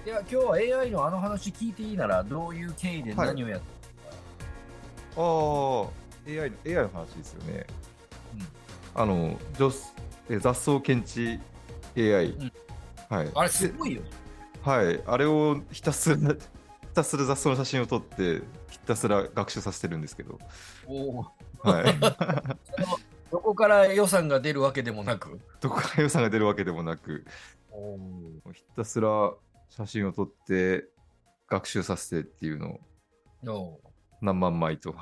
いや、今日は AI のあの話聞いていいなら、どういう経緯ではい。 何をやってああ、AI の話ですよね。あの、雑草検知 AI。 うん。 はい。 あれ、すで、 ごいよね。 はい。あれをひたすら雑草の写真を撮って、ひたすら学習させてるんですけど。 おお。 はい。 その、どこから予算が出るわけでもなく。 どこから予算が出るわけでもなく、 おお。 ひたすら写真を撮って学習させてっていうのをお何万枚と。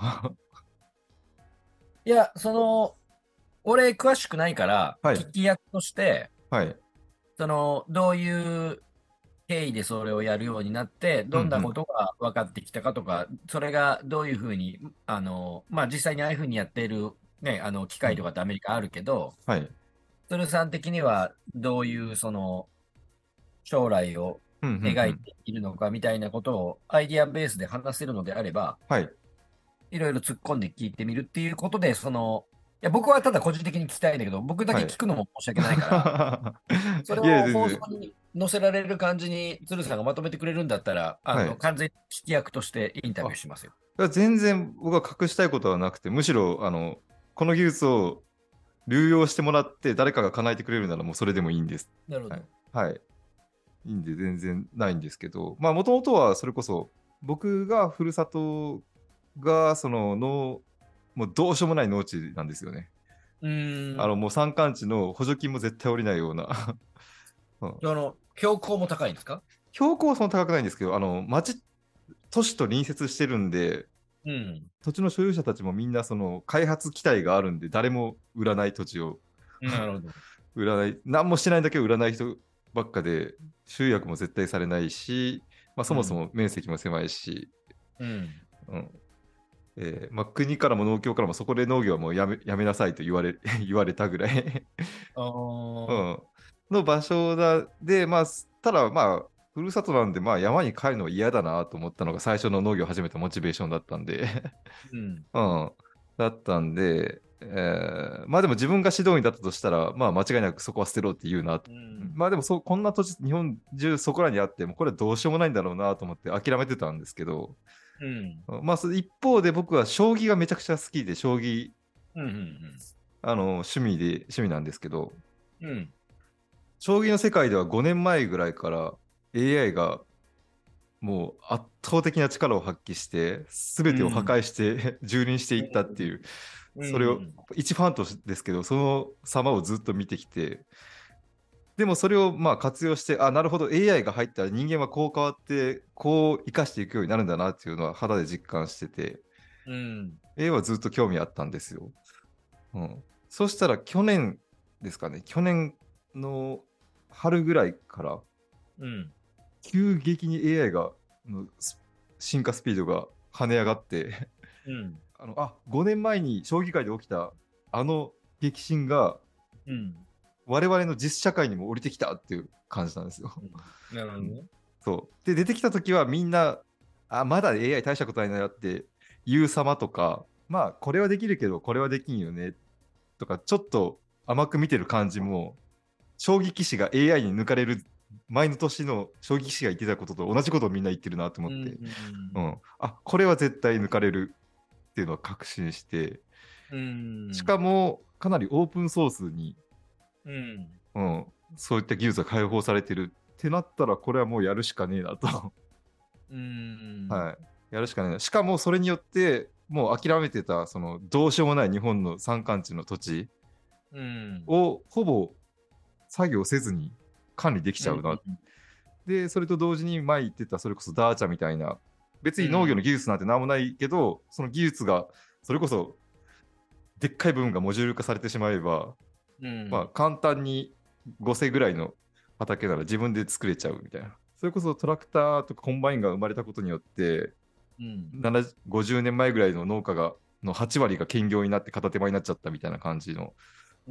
いや、俺、詳しくないから、 はい。 聞き役として、 はい。 どういう経緯でそれをやるようになって、どんなこうんうん。 とが分かってきたかとか、それがどういうふうに、まあ、実際にああいうふうにやっている、ね、機うん。 械とかってアメリカあるけど、 はい。 鶴さん的にはどういう、将来をうんうんうん。 描いているのかみたいなことをアイディアベースで話せるのであれば、 はい。 いろいろ突っ込んで聞いてみるっていうことで、いや、僕はただ個人的に聞きたいんだけど、僕だけはい。 聞くのも申し訳ないから、それいやいや、 を放送全然。 に載せられる感じに鶴さんがまとめてくれるんだったら、 はい。 完全に聞き役としてインタビューあ、 しますよ。 いや全然僕は隠したいことはなくて、むしろ、この技術を流用してもらって誰かが叶えてくれるならもうそれでもいいんです。はい。 なるほど。 はい。いいんで全然ないんですけど、まあもともとはそれこそ僕がふるさとがもうどうしようもない農地なんですよね。 うーん。 もう山間地の補助金も絶対下りないような。うん。 標高も高いんですか？ 標高はそんな高くないんですけど、都市と隣接してるんで、 うん。 土地の所有者たちもみんなその開発期待があるんで、誰も売らない土地をなるほど。 売らない、何もしないだけ売らない人ばっかで、集約も絶対されないし、まあ、そもそうん。 も面積も狭いし、 うん。 うんまあ、国からも農協からもそこで農業はもうやめなさいと言われたぐらい、 ああ。 うん、の場所で、まあ、ただまあ、ふるさとなんで、まあ、山に帰るのは嫌だなと思ったのが最初の農業を始めたモチベーションだったんで、 うん。 うん。だったんで、まあでも自分が指導員だったとしたら、まあ間違いなくそこは捨てろって言うなと。 うん。 まあでもこんな土地、日本中そこらにあっても、これはどうしようもないんだろうなと思って諦めてたんですけど、 うん。 まあ一方で僕は将棋がめちゃくちゃ好きで、将棋、 うん。 趣味なんですけど、 うん。 将棋の世界では5年前ぐらいから AI がもう圧倒的な力を発揮して、すべてを破うん。 壊して蹂躙していったっていう、 うそれをん。 一ファンとしてですけど、その様をずっと見てきて、でもそれをまあ活用して、なるほど、AI が入ったら人間はこう変わって、こう生かしていくようになるんだなっていうのは肌で実感してて、 うん。 AI はずっと興味あったんですよ。うん、そしたら去年ですかね、去年の春ぐらいからうん。 急激に AI の進化スピードが跳ね上がってうん。 5年前に将棋界で起きたあの激震がうん。 我々の実社会にも降りてきたっていう感じなんですよ。 なるほうん、 どね。 そうで出てきた時はみんなまだ AI 大したことないなって言う様とか、まあこれはできるけどこれはできんよねとかちょっと甘く見てる感じも、将棋棋士が AI に抜かれる前の年の将棋棋士が言ってたことと同じことをみんな言ってるなと思うって、 ん。 これは絶対抜かれるっていうのは確信して、 うしん。 かもかなりオープンソースに、 うん。 うん、そういった技術が開放されてるってなったら、これはもうやるしかねえなと。 うん。 はい。やるしかねえな。しかもそれによって、もう諦めてた、そのどうしようもない日本の山間地の土地うん。 をほぼ作業せずに管理できちうん。 ゃうな。で、それと同時に前言ってた、それこそダーチャみたいな、別に農業のうん。 技術なんてなんもないけど、その技術が、それこそでっかい部分がモジュール化されてしまえば、まあ、 うん。 簡単に5世ぐらいの畑なら自分で作れちゃうみたいな。それこそトラクターとかコンバインが生まれたことによって、 うん。 50年前ぐらいの農家の8割が兼業になって片手間になっちゃったみたいな感じの、 うん。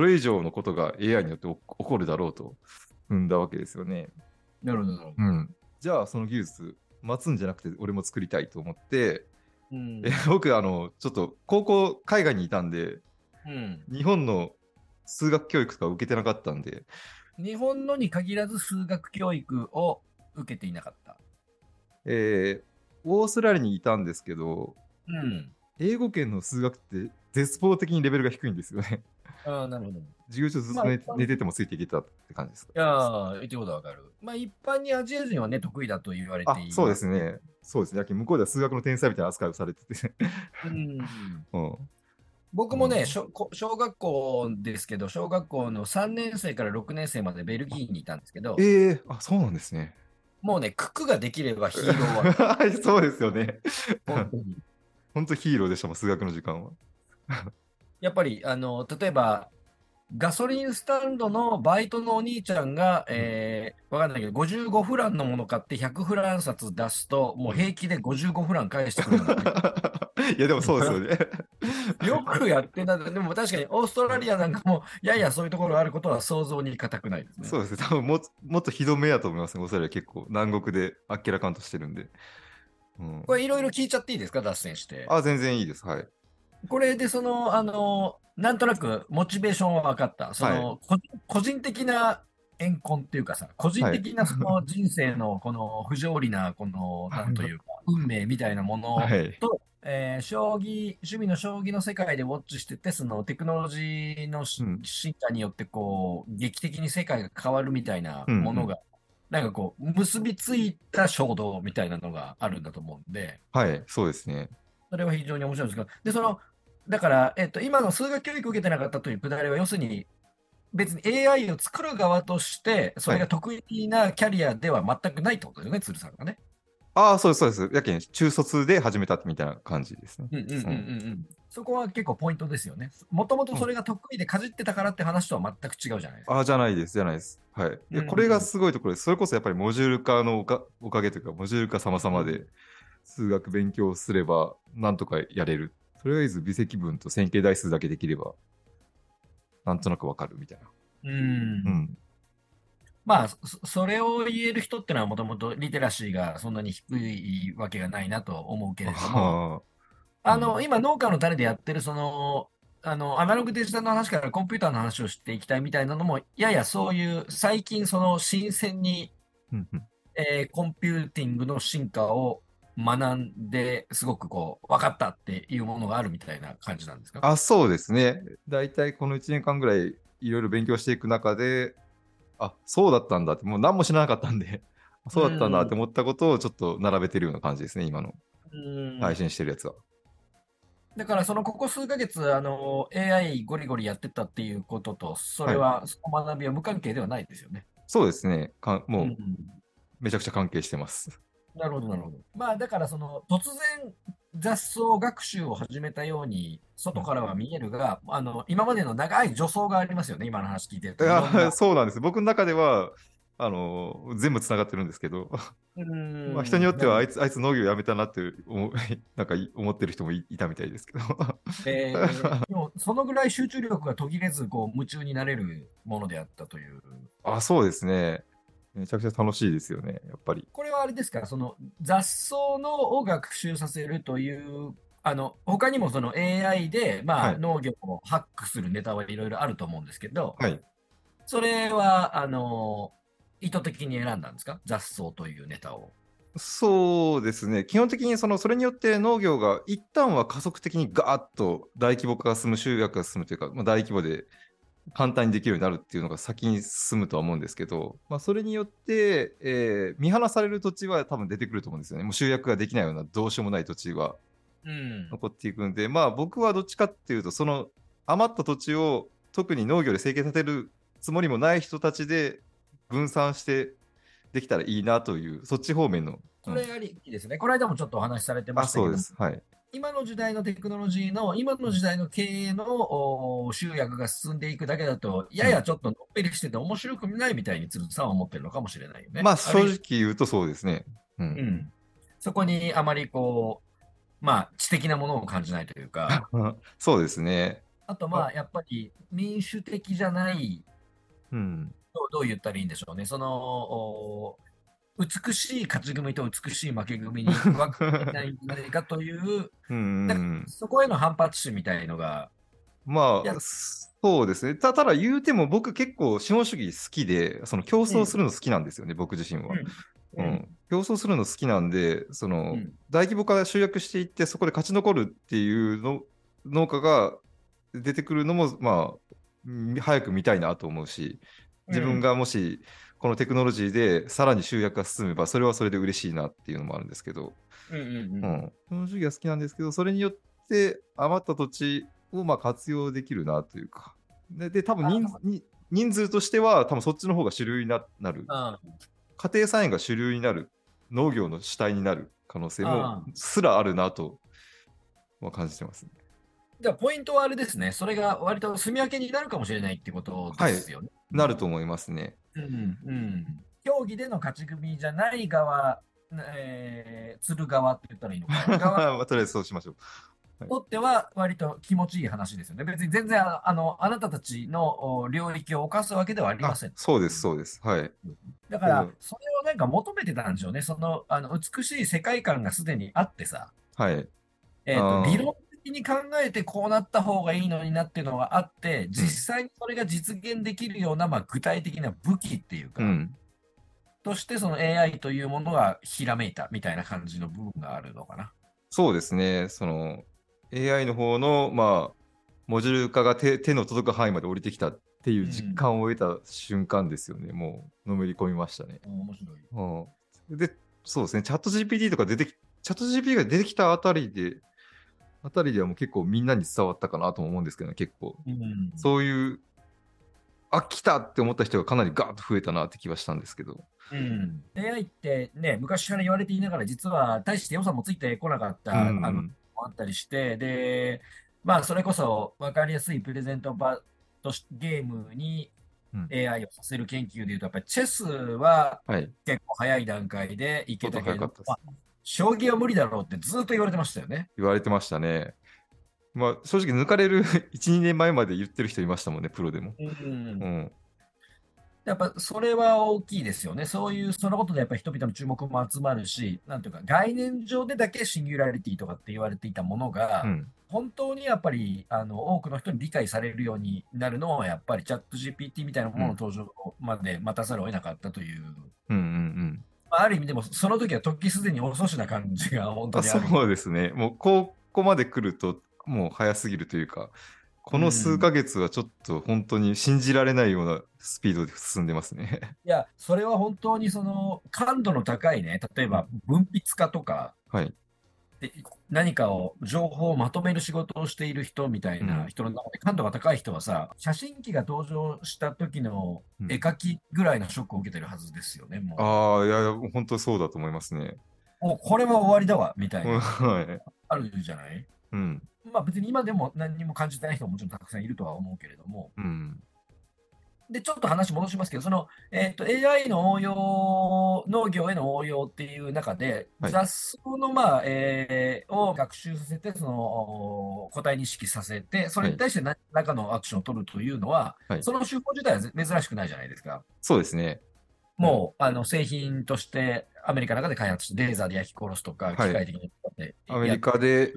それ以上のことが AI によって起こるだろうと踏んだわけですよね。 なるほど、なるほど。 うん。じゃあその技術待つんじゃなくて俺も作りたいと思って、 うん。 僕ちょっと高校海外にいたんで、 うん。 日本の数学教育とか受けてなかったんで、 日本のに限らず数学教育を受けていなかった。 オーストラリアにいたんですけど、 うん。 英語圏の数学って絶望的にレベルが低いんですよね。 ああ、なるほど。 授業中ずっまあ、 と一般に、い寝ててもついていけたって感じですか？ やー、言ってることはわかる。まあ、一般にアジア人はね、得意だと言われてあ、そうでいます。 すね。そうですね。向こうでは数学の天才みたいな扱いをされてて。 うん。 うん。 僕もね、 うん。 小学校ですけど、小学校の3年生から6年生までベルギーにいたんですけど、 あ、そうなんですね。 もうね、九九ができればヒーローは、 そうですよね。 本当に。 本当ヒーローでしたもん、数学の時間は。 やっぱり、例えば、ガソリンスタンドのバイトのお兄ちゃんが、わかんないけど、55フランのもの買って100フラン札出すと、もう平気で55フラン返してくるようになってる。 いや、でもそうですよね。 よくやってんだ。でも確かにオーストラリアなんかも、ややそういうところがあることは想像に難くないですね。 そうですね。多分もっとひどめやと思いますね。オーストラリア結構南国であっけらかんとしてるんで。うん。 これいろいろ聞いちゃっていいですか、脱線して。 あ、全然いいです。はい。 これでなんとなくモチベーションは分かった。 はい。 個人的な怨恨っていうかさ、個人はい。 的なその人生のこの不条理な、なんというか、運命みたいなものはい。 と、趣味の将棋の世界でウォッチしてて、そのテクノロジーのうん。 進化によって、こう、劇的に世界が変わるみたいなうん。うん。 ものが、なんかこう、結びついた衝動みたいなのがあるんだと思うんで、 はい。そうですね。 それは非常に面白いんですけど、で、だから、今の数学教育を受けてなかったというくだりは、要するに、別に AI を作る側として、そはい。 れが得意なキャリアでは全くないってことですよね、鶴さんがね。 ああ、そうです、そうです。やけん、中卒で始めたみたいな感じですね。 うんうんうんうんうん。 うん。そこは結構ポイントですよね。もともとうん。 それが得意でかじってたからって話とは全く違うじゃないですか。 ああ、じゃないです、じゃないです。はい。 うんこれがうんすごいところです。それこそやっぱりモジュール化のおかげというか、モジュール化様々でうん数学勉強すれば、なんとかやれる。とりあえず微積分と線形代数だけできれば、なんとなくわかるみたいな。 うん。うんうん。 まあ、それを言える人ってのはもともとリテラシーがそんなに低いわけがないなと思うけれども、 ああ、うん。 今、農家の種でやってる、アナログデジタルの話からコンピューターの話をしていきたいみたいなのも、ややそういう、最近、新鮮に、 うんうん。 コンピューティングの進化を学んで、すごくこう、分かったっていうものがあるみたいな感じなんですか？ あ、そうですね。だいたいこの1年間ぐらいいろいろ勉強していく中で、あ、そうだったんだって、もう何も知らなかったんで、 うそうだったんだってん。 思ったことをちょっと並べてるような感じですね、今のうん。 配信してるやつは。 だから、ここ数ヶ月、AI ゴリゴリやってたっていうことと、そはい。 れは、その学びは無関係ではないですよね。 そうですね。もうん。 うめちゃくちゃ関係してます。 なるほど、なるほど。まあ、だから突然雑草学習を始めたように、 うん。 外からは見えるが、今までの長い助走がありますよね、今の話聞いてると。いろんいや、 な。 そうなんです。僕の中では、全部つながってるんですけど、 うーまあ人によん、 ってはなるほど。 あいつ農業やめたなってなんか思ってる人もいたみたいですけど。 でも、そのぐらい集中力が途切れず、こう、夢中になれるものであったという。 あ、そうですね。めちゃくちゃ楽しいですよね、やっぱり。 これはあれですか、雑草を学習させるという、他にもその AI で、まあ、 はい。 農業をハックするネタはいろいろあると思うんですけど、 はい。 それは、意図的に選んだんですか、雑草というネタを。 そうですね。基本的にそれによって農業が一旦は加速的にガーッと大規模化が進む、集約が進むというか、まあ、大規模で簡単にできるようになるっていうのが先に進むとは思うんですけど、まあ、それによって、見放される土地は多分出てくると思うんですよね。もう集約ができないようなどうしようもない土地はうん。 残っていくんで、まあ僕はどっちかっていうと、その余った土地を特に農業で生計立てるつもりもない人たちで分散してできたらいいなという、そっち方面の、うん。 それいいですね。この間もちょっとお話しされてまあ、 したけども、 そうです。はい。 今の時代のテクノロジーの、今の時代の経営の集約が進んでいくだけだと、やうん。 やちょっとのっぺりしてて面白くないみたいに鶴さんは思ってるのかもしれないよね。 まあ正あるいは、 直言うとそうですね。うん。 うん。そこにあまりこう、まあ、知的なものを感じないというか、 そうですね。 あとまあ、 あ、やっぱり民主的じゃない、 うん。 どう言ったらいいんでしょうね。美しい勝ち組と美しい負け組に分かれないんじゃないかという、 うんうんだからうん。 そこへの反発心みたいのが、いや、 まあ、そうですね。ただ言うても僕結構資本主義好きで、その競争うん、 するの好きなんですよね、僕自身は。 うん、 うん、競争するの好きなんで、 うん。 大規模化集約していって、そこで勝ち残るっていうの農家が出てくるのも、まあ、早く見たいなと思うし、自分うん。 がもしこのテクノロジーでさらに集約が進めば、それはそれで嬉しいなっていうのもあるんですけど、 うん。うん。うん。 うん、その主義が好きなんですけど、それによって余った土地をまあ活用できるなというか、で多分あ、 人数としては、多分そっちの方が主流になる。 あ家庭菜園が主流になる、農業の主体になる可能性もあ。 すらあるなとは感じてますね。 じゃあ、ポイントはあれですね。それが割と住み分けになるかもしれないってことではい、 すよね。 なると思いますね。 うん。うん。競技での勝ち組じゃない側、釣る側って言ったらいいのか。側まあ、とりあえずそうしましょう。はい、 とっては割と気持ちいい話ですよね。別に全然あなたたちの領域を犯すわけではありません。 そうです、そうです。はい。 だから、 けど、 それをなんか求めてたんでしょうね。美しい世界観がすでにあってさ、 はい。 理あー論的に考えてこうなった方がいいのになっていうのがあって、 うん、 実際にそれが実現できるような、まあ、具体的な武器っていうか、 うん。 としてその AI というものがひらめいたみたいな感じの部分があるのかな。 そうですね。AI の方の、まあ、モジュール化が手の届く範囲まで降りてきたっていう実うん。 感を得た瞬間ですよね。もう、のめり込みましたね。 面白い。 うん、で、そうですね。チャット GPT とかチャット GPT が出てきたあたりではもう結構みんなに伝わったかなとも思うんですけどね、結構。 うん。 そういう、あ、来たって思った人がかなりガーッと増えたなって気はしたんですけど。 うん。AI ってね、昔から言われていながら、実は大して予算もついてこなかっうんた、 うん。 あったりして、で、まあ、それこそ分かりやすいプレゼント場としゲームにうん。 AI をさせる研究でいうと、やっぱりチェスははい。 結構早い段階でいちょっとけたけれども、 早かったです。 将棋は無理だろうってずっと言われてましたよね。 言われてましたね。まあ、正直抜かれる1、2年前まで言ってる人いましたもんね、プロでも。 うん。 うん。 やっぱそれは大きいですよね。そのことでやっぱり人々の注目も集まるし、なんていうか、概念上でだけシンギュラリティとかって言われていたものが、 うん。 本当にやっぱり、多くの人に理解されるようになるのは、やっぱりチャット GPT みたいなもののうん。 登場まで待たざるを得なかったという、 うん。うん。 まあ、ある意味でも、その時は時すでに遅しな感じが本当にある。 そうですね。もう、ここまで来ると、もう早すぎるというか、この数うん。 ヶ月はちょっと本当に信じられないようなスピードで進んでますね。 いや、それは本当に感度の高いね、例えうん。 ば分泌家とか、 はい。 で、何か情報をまとめる仕事をしている人みたいなうん。 人の中で感度が高い人はさ、写真機が登場した時のうん。 絵描きぐらいのショックを受けてるはずですよね、もああ、いやいや、本当そうだと思いますね。 う。もうこれは終わりだわ、みたいうん、 な、 はい。 あるじゃない。 うん。 まあ別に今でも何にも感じてない人ももちろんたくさんいるとは思うけれども、 うん。 で、ちょっと話戻しますけど、AI の応用、農業への応用っていう中で、 はい。 雑草の、まあ、を学習させて、個体認識させて、そはい。 れに対して何らかのアクションを取るというのは、 はい。 その手法自体は珍しくないじゃないですか。 そうですね。うん。 もう、製品としてアメリカの中で開発して、レーザーで焼き殺すとか、 はい。 機械的に使ってアメリやって、 カで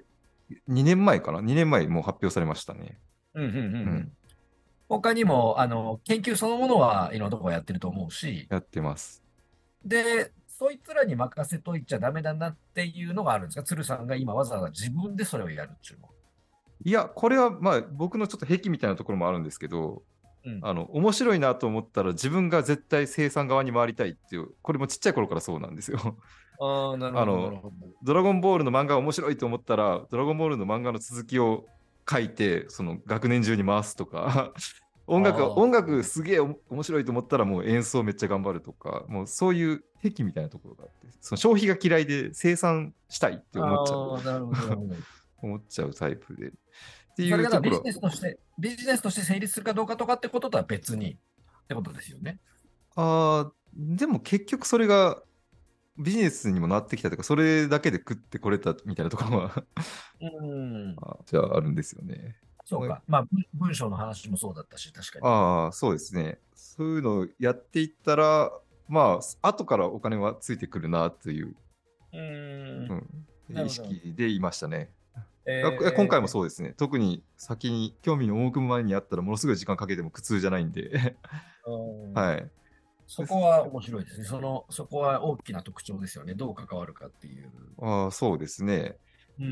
2年前かな？ 2 年前もう発表されましたね。 うんうんうんううん。 ん。他にも、研究そのものはいろんなところやってると思うし、 やってます。 で、そいつらに任せといちゃダメだなっていうのがあるんですか？鶴さんが今わざわざ自分でそれをやるっていうのは。 いや、これはまあ僕のちょっと癖みたいなところもあるんですけど、 うん。 面白いなと思ったら自分が絶対生産側に回りたいっていう、これもちっちゃい頃からそうなんですよ。 ああ、なるほど、なあの、 るほど。 ドラゴンボールの漫画が面白いと思ったら、ドラゴンボールの漫画の続きを書いて、その学年中に回すとか、音あ楽すげえ面白いと思ったらもう演奏めっちゃ頑張るとか、もうそういう癖みたいなところがあって、その消費が嫌いで生産したいってあ、 思っちゃう。 ああ、なるほど、なるほど。 思っちゃうタイプで。ってそれがだからいうところ、 ビジネスとして成立するかどうかとかってこととは別にってことですよね。 でも結局それがビジネスにもなってきたというか、それだけで食ってこれたみたいなところはうん。 じゃああるんですよね。 そうか。まあ、文章の話もそうだったし、確かに。 そうですね。そういうのをやっていったら、まあ、後からお金はついてくるなという、 うーん。 うん、意なるほど。 識でいましたね。今回もえそうですね。特に先に興味の赴く前にあったら、ものすごい時間かけても苦痛じゃないんで。 ー、うん。 はい。 そこは面白いですね。そこは大きな特徴ですよね。どう関わるかっていう。 ああ、そうですね。 うん。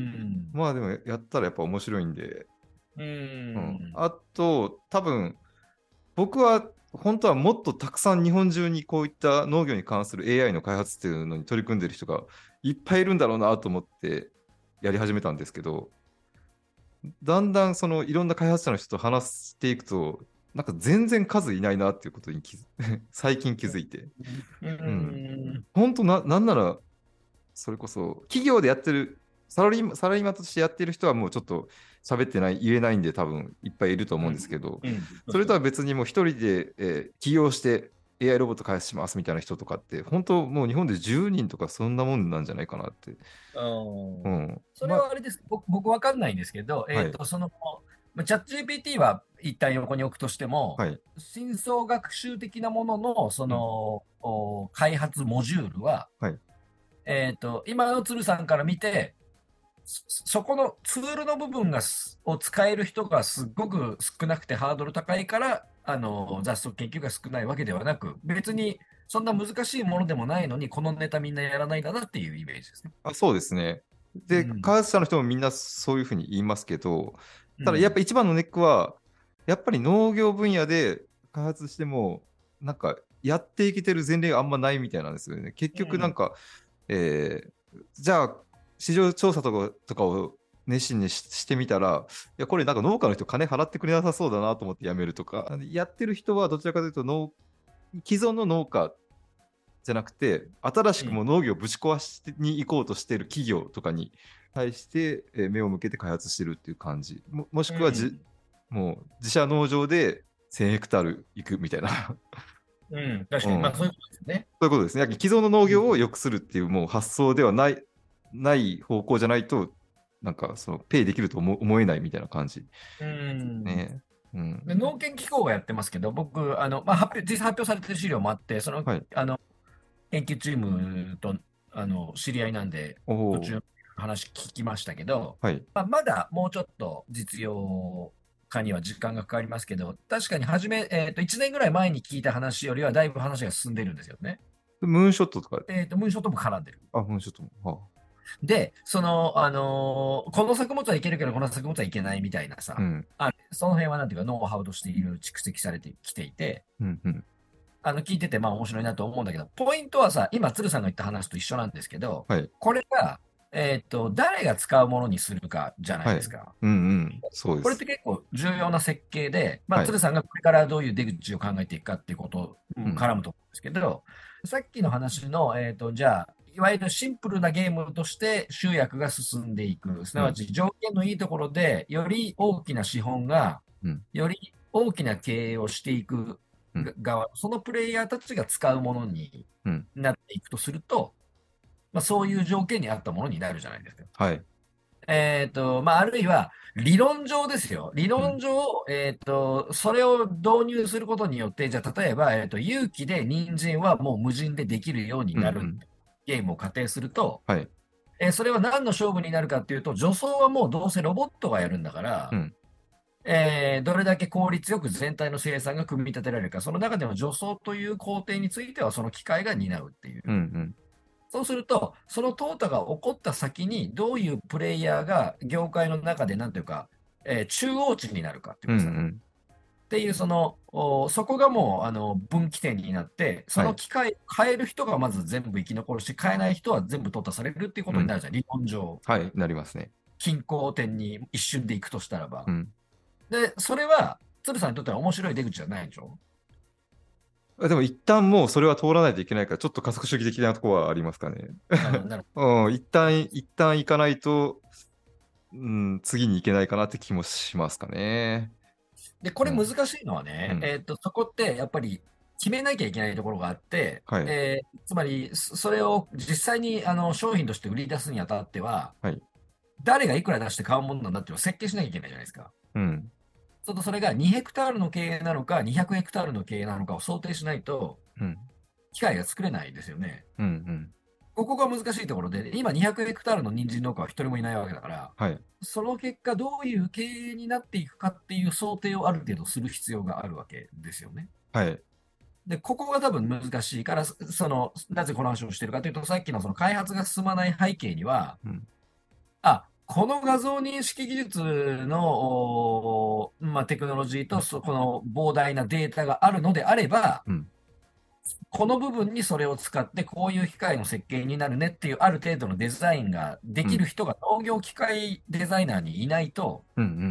まあでもやったらやっぱ面白いんで、 ううん。 ん。 あと、多分、僕は本当はもっとたくさん日本中にこういった農業に関する AI の開発っていうのに取り組んでる人がいっぱいいるんだろうなと思ってやり始めたんですけど、だんだんそのいろんな開発者の人と話していくと、なんか全然数いないなっていうことに最近気づいて。 ううん。 ん。 本当なんなら、それこそ企業でやってる、サラリーマンとしてやってる人はもうちょっと喋ってない、言えないんで多分いっぱいいると思うんですけど、 うん。 それとは別にもう一人で、起業して AI ロボット開発しますみたいな人とかって、本当もう日本で10人とかそんなもんなんじゃないかなって。 あーうん。 それはあれです。僕わかんないんですけど、 はい。 チャット GPT は一旦横に置くとしても、 はい。 深層学習的なものの、 うん。 開発モジュールは、 はい。 今の鶴さんから見て、そこのツールの部分を使える人がすっごく少なくてハードル高いから、雑草研究が少ないわけではなく、別にそんな難しいものでもないのに、このネタみんなやらないんだなっていうイメージですね。 あ、そうですね。で、 うん。 開発者の人もみんなそういうふうに言いますけど、ただやっうん。 ぱ一番のネックは、やっぱり農業分野で開発しても、なんかやっていけてる前例があんまないみたいなんですよね。結うん。 局なんか、じゃあ市場調査とかを熱心にしてみたら、いや、これなんか農家の人金払ってくれなさそうだなと思ってやめるとか、やってる人はどちらかというと既存の農家じゃなくて、新しうん。 くも農業をぶち壊しに行こうとしている企業とかに対して、目を向けて開発してるっていう感じ。もしくはうん。 もう自社農場で1000ヘクタール行くみたいな。 うん。確かに。まあ、 うん。 そういうことですよね。 そういうことですね。既存の農うん。 業を良くするっていうもう発想ではない方向じゃないと、なんかそのペイできると思えないみたいな感じ。 うん。 ね。うん。 で農研機構がやってますけど、僕、まあ、実際発表されてる資料もあって、 はい。 研究チームと、知り合いなんで、 おお。 途中話聞きましたけど、 はい。 まあ、まだもうちょっと実用化には時間がかかりますけど、確かに1年ぐらい前に聞いた話よりはだいぶ話が進んでるんですよね。 ムーンショットとか、 ムーンショットも絡んでる。 あ、ムーンショットも。 で、この作物はいけるけど、この作物はいけないみたいなさ、 うん。 その辺はなんていうか、ノウハウとしていろいろ蓄積されてきていて、 うん。うん。 聞いててまあ面白いなと思うんだけど、ポイントはさ、今、鶴さんが言った話と一緒なんですけど、 はい。 これが、誰が使うものにするかじゃないはい。 ですか。 うんうん。そうでこれっす。 て結構重要な設計で、まあ、 はい。 鶴さんがこれからどういう出口を考えていくかっていうことうん。 絡むと思うんですけど、さっきの話の、じゃあ、いわゆるシンプルなゲームとして集約が進んでいく。すうん。 なわち条件のいいところで、より大きな資本が、 うん。 より大きな経営をしていくうん。 側、そのプレイヤーたちが使うものにうん。 なっていくとすると、まあ、そういう条件に合ったものになるじゃないですか。 はい。 まあ、あるいは、理論上ですよ。理うん。 論上、それを導入することによって、じゃあ、例えば、有機で人参はもう無人でできるようにうん。うなるん。 ゲームを仮定すると、 はい。 それは何の勝負になるかっていうと、除草はもうどうせロボットがやるんだから、 うん。 どれだけ効率よく全体の生産が組み立てられるか、その中でも除草という工程については、その機械が担うっていう。 うん。うん。 そうすると、その淘汰が起こった先に、どういうプレイヤーが業界の中で、なんていうか、中央値になるかっていううん。うかさ、 ん。 っていう、そこがもう、分岐点になって、そはい。 の機械、変える人がまず全部生き残るし、変えない人は全部淘汰されるっていうこうん。 とになるじゃん、理論上。 はい。なりますね。 均衡点に一瞬で行くとしたらば。 うん。 で、それは、鶴さんにとっては面白い出口じゃないでしょ？ でも一旦もうそれは通らないといけないから、ちょっと加速主義的なところはありますかね。 なるうん。一旦行かないと、うん、次に行けないかなって気もしますかね。 で、これ難うん。 しいのはね、 うん。 そこってやっぱり決めなきゃいけないところがあって、 はい。 つまり、それを実際に商品として売り出すにあたっては、 はい。 誰がいくら出して買うものなんだっていうのを設計しなきゃいけないじゃないですか。 うん。 ちょっとそれが2ヘクタールの経営なのか、200ヘクタールの経営なのかを想定しないと、 うん。 機械が作れないですよね。 うん。うん。 ここが難しいところで、今200ヘクタールの人参農家は一人もいないわけだから、 はい。 その結果どういう経営になっていくかっていう想定をある程度する必要があるわけですよね。 はい。 で、ここが多分難しいから、なぜこの話をしてるかというと、さっきのその開発が進まない背景には、 うん。 この画像認識技術の、まあ、テクノロジーとこの膨大なデータがあるのであれば、 うん。 この部分にそれを使ってこういう機械の設計になるねっていうある程度のデザインがでうん。 きる人が農業機械デザイナーにいないとうん。うん。うん。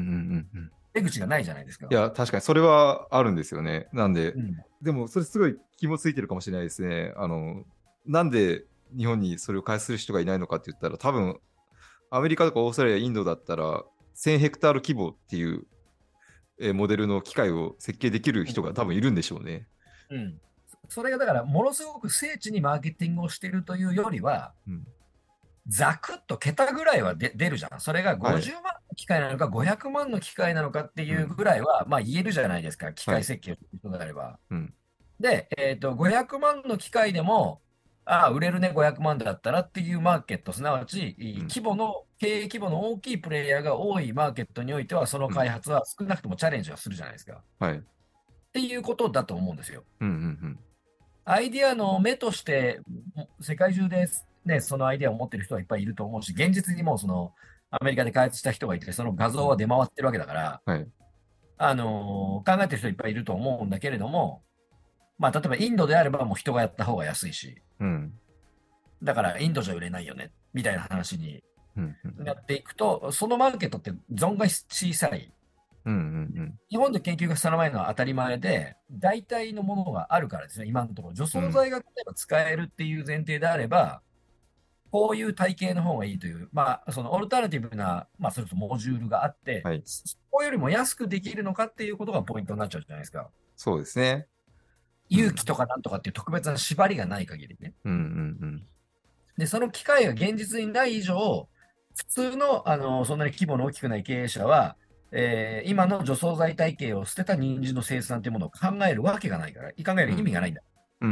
うん。 出口がないじゃないですか。 いや、確かにそれはあるんですよね。なんで、 うん。 でもそれすごい気もついてるかもしれないですね。なんで日本にそれを開発する人がいないのかって言ったら、多分アメリカとかオーストラリア、インドだったら、1000ヘクタール規模っていうモデルの機械を設計できる人が多分いるんでしょうね。 うん。それがだから、ものすごく精緻にマーケティングをしているというよりは、 うん。 ざくっと桁ぐらいは出るじゃん。それがはい。 50万の機械なのか、500万の機械なのかっていううん。 ぐらいは、まあ言えるじゃないですか。機はい。 械設計をする人であれば。 うん。 で、500万の機械でも、売れるね、500万だったらっていうマーケット、すなわち、 うん。 経営規模の大きいプレイヤーが多いマーケットにおいては、そのうん。 開発は少なくともチャレンジはするじゃないですか。っはい。 ていうことだと思うんですよ。 うん。うん。 アイディアの目として、世界中で、ね、そのアイディアを持ってる人はいっぱいいると思うし、現実にもうアメリカで開発した人がいて、その画うん。 像は出回ってるわけだから、 はい。 考えてる人いっぱいいると思うんだけれども、まあ、例えばインドであればもう人がやった方が安いし、 うん。 だからインドじゃ売れないよね、みたいな話にうん。うん。 なっていくと、そのマーケットって存外小さい。 うん。うん。 日本で研究が進まないのは当たり前で、代替のものがあるからですね、今のところ。除うん。 草剤が例えば使えるっていう前提であれば、こういう体系の方がいいという、まあ、そのオルタナティブな、まあ、それとモジュールがあって、 はい。 そこよりも安くできるのかっていうことがポイントになっちゃうじゃないですか。 そうですね。うん。 勇気とかなんとかっていう特別な縛りがない限りね。 うん。うん。うん。 で、その機会が現実にない以上、普通の、そんなに規模の大きくない経営者は、今の除草剤体系を捨てた人参の生産というものを考えるわけがないから、考える意味がないんだ。 うん。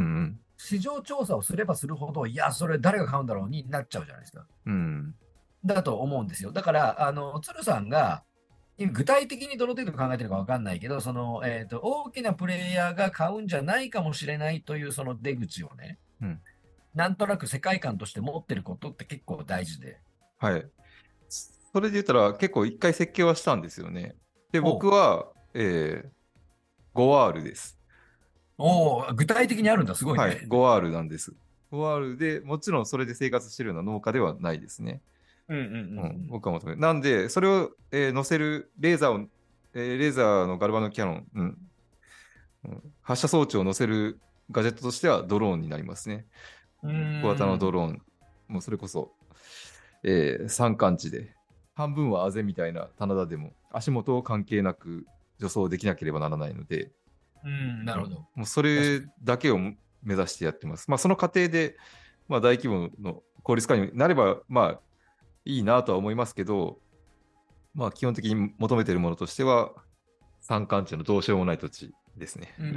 市場調査をすればするほど、いや、それ誰が買うんだろうになっちゃうじゃないですか。 うん。 だと思うんですよ。だから、鶴さんが、具体的にどの程度考えてるかわかんないけど、大きなプレイヤーが買うんじゃないかもしれないというその出口をね、 うん。 なんとなく世界観として持ってることって結構大事で。 はい。それで言ったら結構一回設計はしたんですよね。で、 おう僕は、5R です。 おう、具体的にあるんだ、すごいはい、 ね。 5R なんです。5R でもちろんそれで生活してるような農家ではないですね。 うんうんううん、 ん僕は求める。なんで、それを、載せるレーザーのガルバノキャノン、発射装置を載せるガジェットとしてはドローンになりますね。 うん。 小型のドん。 ローン、もうそれこそ、山間地で、半分はあぜみたいな棚田でも、足元を関係なく助走できなければならないので、 うん、なるほど。 もうそれ確かに。 だけを目指してやってます。まあ、その過程で、まあ、大規模の効率化になれば、まあ、いいなとは思いますけど、まあ、基本的に求めているものとしては、山間地のどうしようもない土地ですね。 うん。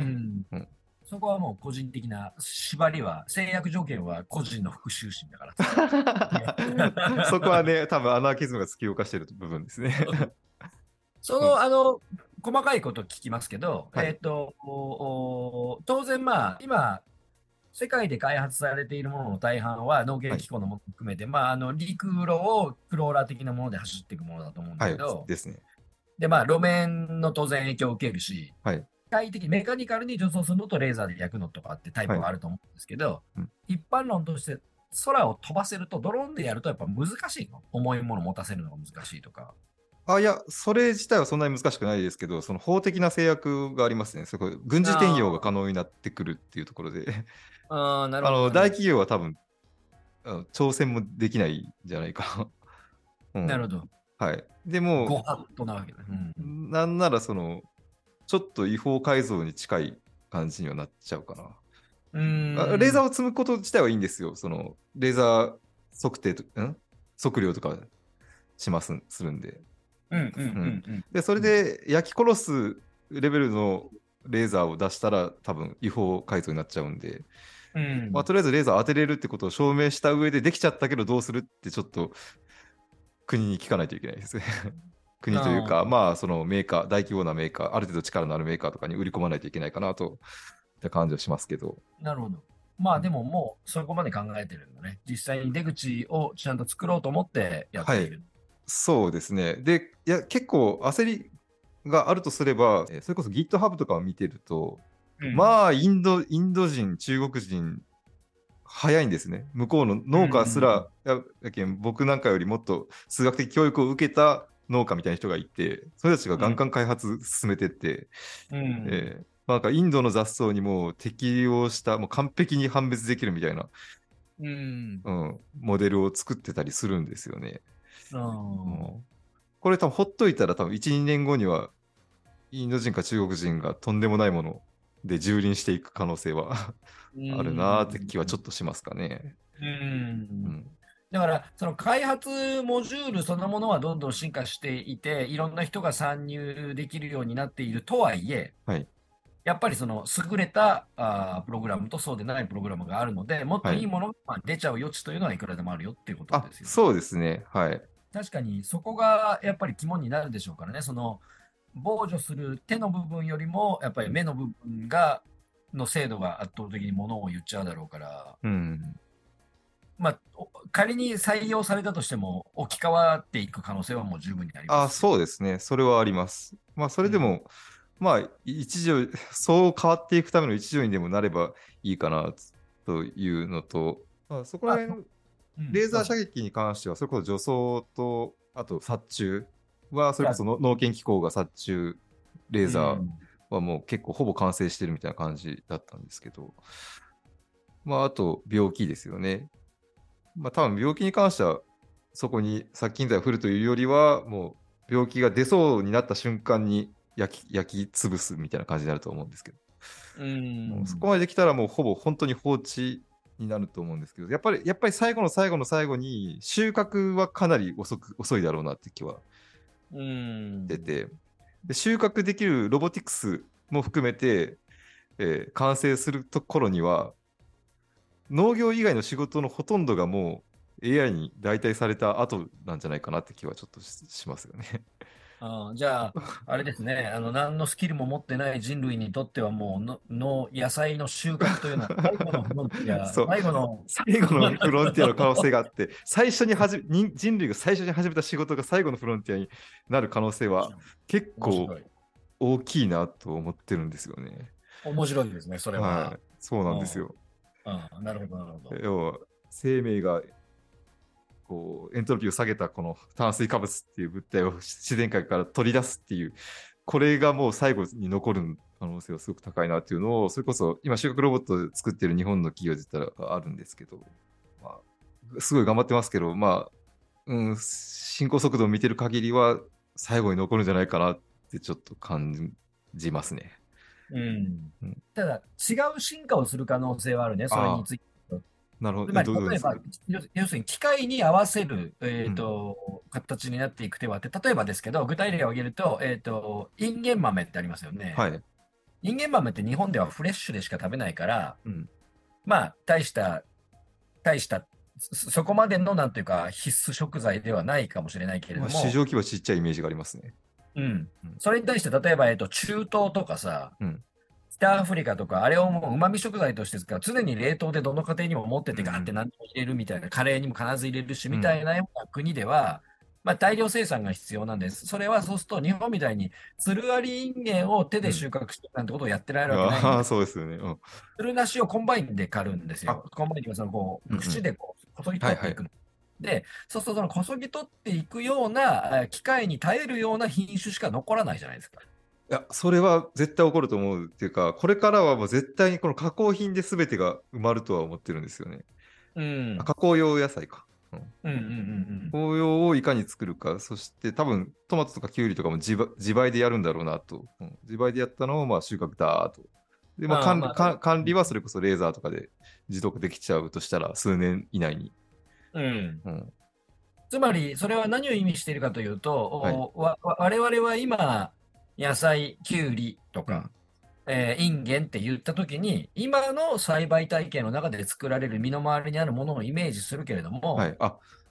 うん、 そこはもう個人的な縛りは、制約条件は個人の復讐心だからさ。 そこはね、多分アナーキズムが突き動かしている部分ですね。 その、 うん、 細かいこと聞きますけど、 はい。 当然まあ、今、世界で開発されているものの大半は農はい。 研機構のものも含めて、まあ、陸路をクローラー的なもので走っていくものだと思うんだはい。 けど、 ですね。 で、まあ、路面の当然影響を受けるし、 はい。 機械的、メカニカルに助走するのとレーザーで焼くのとかってタイはい。 プはあると思うんですけど、 うん、 一般論として空を飛ばせると、ドローンでやるとやっぱ難しいの。重いものを持たせるのが難しいとか。 いや、それ自体はそんなに難しくないですけど、その法的な制約がありますね。そこ、軍事転用が可あ能になってくるっていうところで、 なるほど、なるほど。 大企業は多分、挑戦もできないんじゃないかな。うん。 なるほど。 はい。でも、 ご法度なわけだ。うんうん。 なんならちょっと違法改造に近い感じにはなっちゃうかな。 うーレーザーん。 を積むこと自体はいいんですよ。レーザー測定測量とかするんで。 うんうんううん。 んうんで、それうん。 で焼き殺すレベルのレーザーを出したら多分違法改造になっちゃうんで、まあ、 うん。 とりあえずレーザー当てれるってことを証明した上でできちゃったけどどうするってちょっと国に聞かないといけないですね。国というか、 あーまあ、そのメーカー、大規模なメーカー、ある程度力のあるメーカーとかに売り込まないといけないかなとた感じはしますけど。 なるほど。まうんあでももうそこまで考えてるのね。実際に出口をちゃんと作ろうと思ってやっはい。 ている。 そうですね。で、いや、結構焦りがあるとすれば、それこそ GitHub とかを見てると、 うん。 まあ、インド人、中国人、早いんですね。向こうのう農家すら、 ん。 やけん僕なんかよりもっと数学的教育を受けた農家みたいな人がいて、それたちがうん。 ガンガン開発進めてって、 うん。 まあなんかインドの雑草にも適応した、もう完璧に判別できるみたいな、 うん。 モデルを作ってたりするんですよね。 うん。 うん、これ多分ほっといたら多分1、2年後にはインド人か中国人がとんでもないもので蹂躙していく可能性はうあるなーってん。 気はちょっとしますかね。 うん。 うん。 だから、その開発モジュールそのものはどんどん進化していて、いろんな人が参入できるようになっているとはいえ、 はい。 やっぱりその優れたプログラムとそうでないプログラムがあるので、もっはい。 といいものが出ちゃう余地というのはいくらでもあるよっていうことあ、 ですよね。 そうですね。はい。 確かにそこがやっぱり肝になるでしょうからね。その防除する手の部分よりも、やっぱり目の部分の精度が圧倒的にものを言っちゃうだろうから、 うん。 まあ、仮に採用されたとしても、置き換わっていく可能性はもう十分にありまあ、 すよ。 そうですね。それはあります。まあ、それうん。 でも、まあ、そう変わっていくための一助にでもなればいいかなというのと、まあ、そこまあ、 ら辺、 うん、 レーザー射どうぞ。 撃に関しては、それこそ助走と、あと殺虫は、それこいや、 その農研機構が殺虫レーザーうん、 はもう結構ほぼ完成してるみたいな感じだったんですけど、まあ、あと病気ですよね。まあ、多分病気に関しては、そこに殺菌剤を振るというよりは、もう病気が出そうになった瞬間に焼き潰すみたいな感じになると思うんですけど、 うもうそん、 こまでできたらもうほぼ本当に放置になると思うんですけど、やっぱり最後の最後の最後に収穫はかなり遅いだろうなって気はうん、 出て、で収穫できるロボティクスも含めて、完成するところには、農業以外の仕事のほとんどがもう AI に代替された後なんじゃないかなって気はちょっとしますよね。 じゃあ、あれですね、何のスキルも持ってない人類にとっては、もう野菜の収穫というのは、最後のフロンティア、 そう。 最後の、 最後のフロンティアの可能性があって、最初に人類が最初に始めた仕事が最後のフロンティアになる可能性は結構面白い。 大きいなと思ってるんですよね。 面白いですね、それは。 はい。そうなうん、 んですよ。 なるほど、なるほど。 要は、生命がエントロピーを下げたこの炭水化物っていう物体を自然界から取り出すっていう、これがもう最後に残る可能性はすごく高いなっていうのを、それこそ今、収穫ロボットを作ってる日本の企業で言ったらあるんですけど、まあ、すごい頑張ってますけど、まあ、進行速度を見てる限りは最後に残るんじゃないかなってちょっと感じますね。 うん。 うん、 ただ、違う進化をする可能性はあるね、それああ、 について。 なるほど。 つまり、 どうですか？ 例えば、要するに機械に合わせる、 うん。 形になっていく手はって、例えばですけど、具体例を挙げると、インゲン豆ってありますよね。 はい。 インゲン豆って日本ではフレッシュでしか食べないから、 うん。 まあ、大した、そこまでの、なんていうか、必須食材ではないかもしれないけれまあ、 ども、 市場規模ちっちゃいイメージがありますね。 うん。 うん。 それに対して、例えば、中東とかさ、 うん。 北アフリカとか、あれをもう旨味食材として使う、常に冷凍でどの家庭にも持ってて、ガーってうん。 何でも入れるみたいな、カレーにも必ず入れるし、 うん。 みたいなような国では、まあ、大量生産が必要なんです。それはそうすると、日本みたいに、つるありインゲンを手で収うん。 穫してなんてことをやってられるわけないんああ、 で、 そうですよね。うん。 つるなしをコンバインで刈るんですあ、 よ。コンバインはそのこう、 うんうん。 口でこう、こそぎはいはい。 取っていくの。で、そうするとそのこそぎ取っていくような、機械に耐えるような品種しか残らないじゃないですか。 いや、それは絶対起こると思うっていうか、これからはもう絶対にこの加工品で全てが埋まるとは思ってるんですよね。 うん。 加工用野菜か。うん。加うんうんうん工用をいかに作るか、そして多分トマトとかキュウリとかも自培でやるんだろうなと。うん、自培でやったのをまあ収穫だと。で、 うん。 まあああ、まあ、 管理はそれこそレーザーとかで自動化できちゃうとしたら数年以内に。 うん。 うん。 つまり、それは何を意味しているかというと、 はい。 我々は今、野菜、きゅうりとか、 うん。 インゲンって言ったときに、今の栽培体系の中で作られる身の回りにあるものをイメージするけれども、 はい。あ、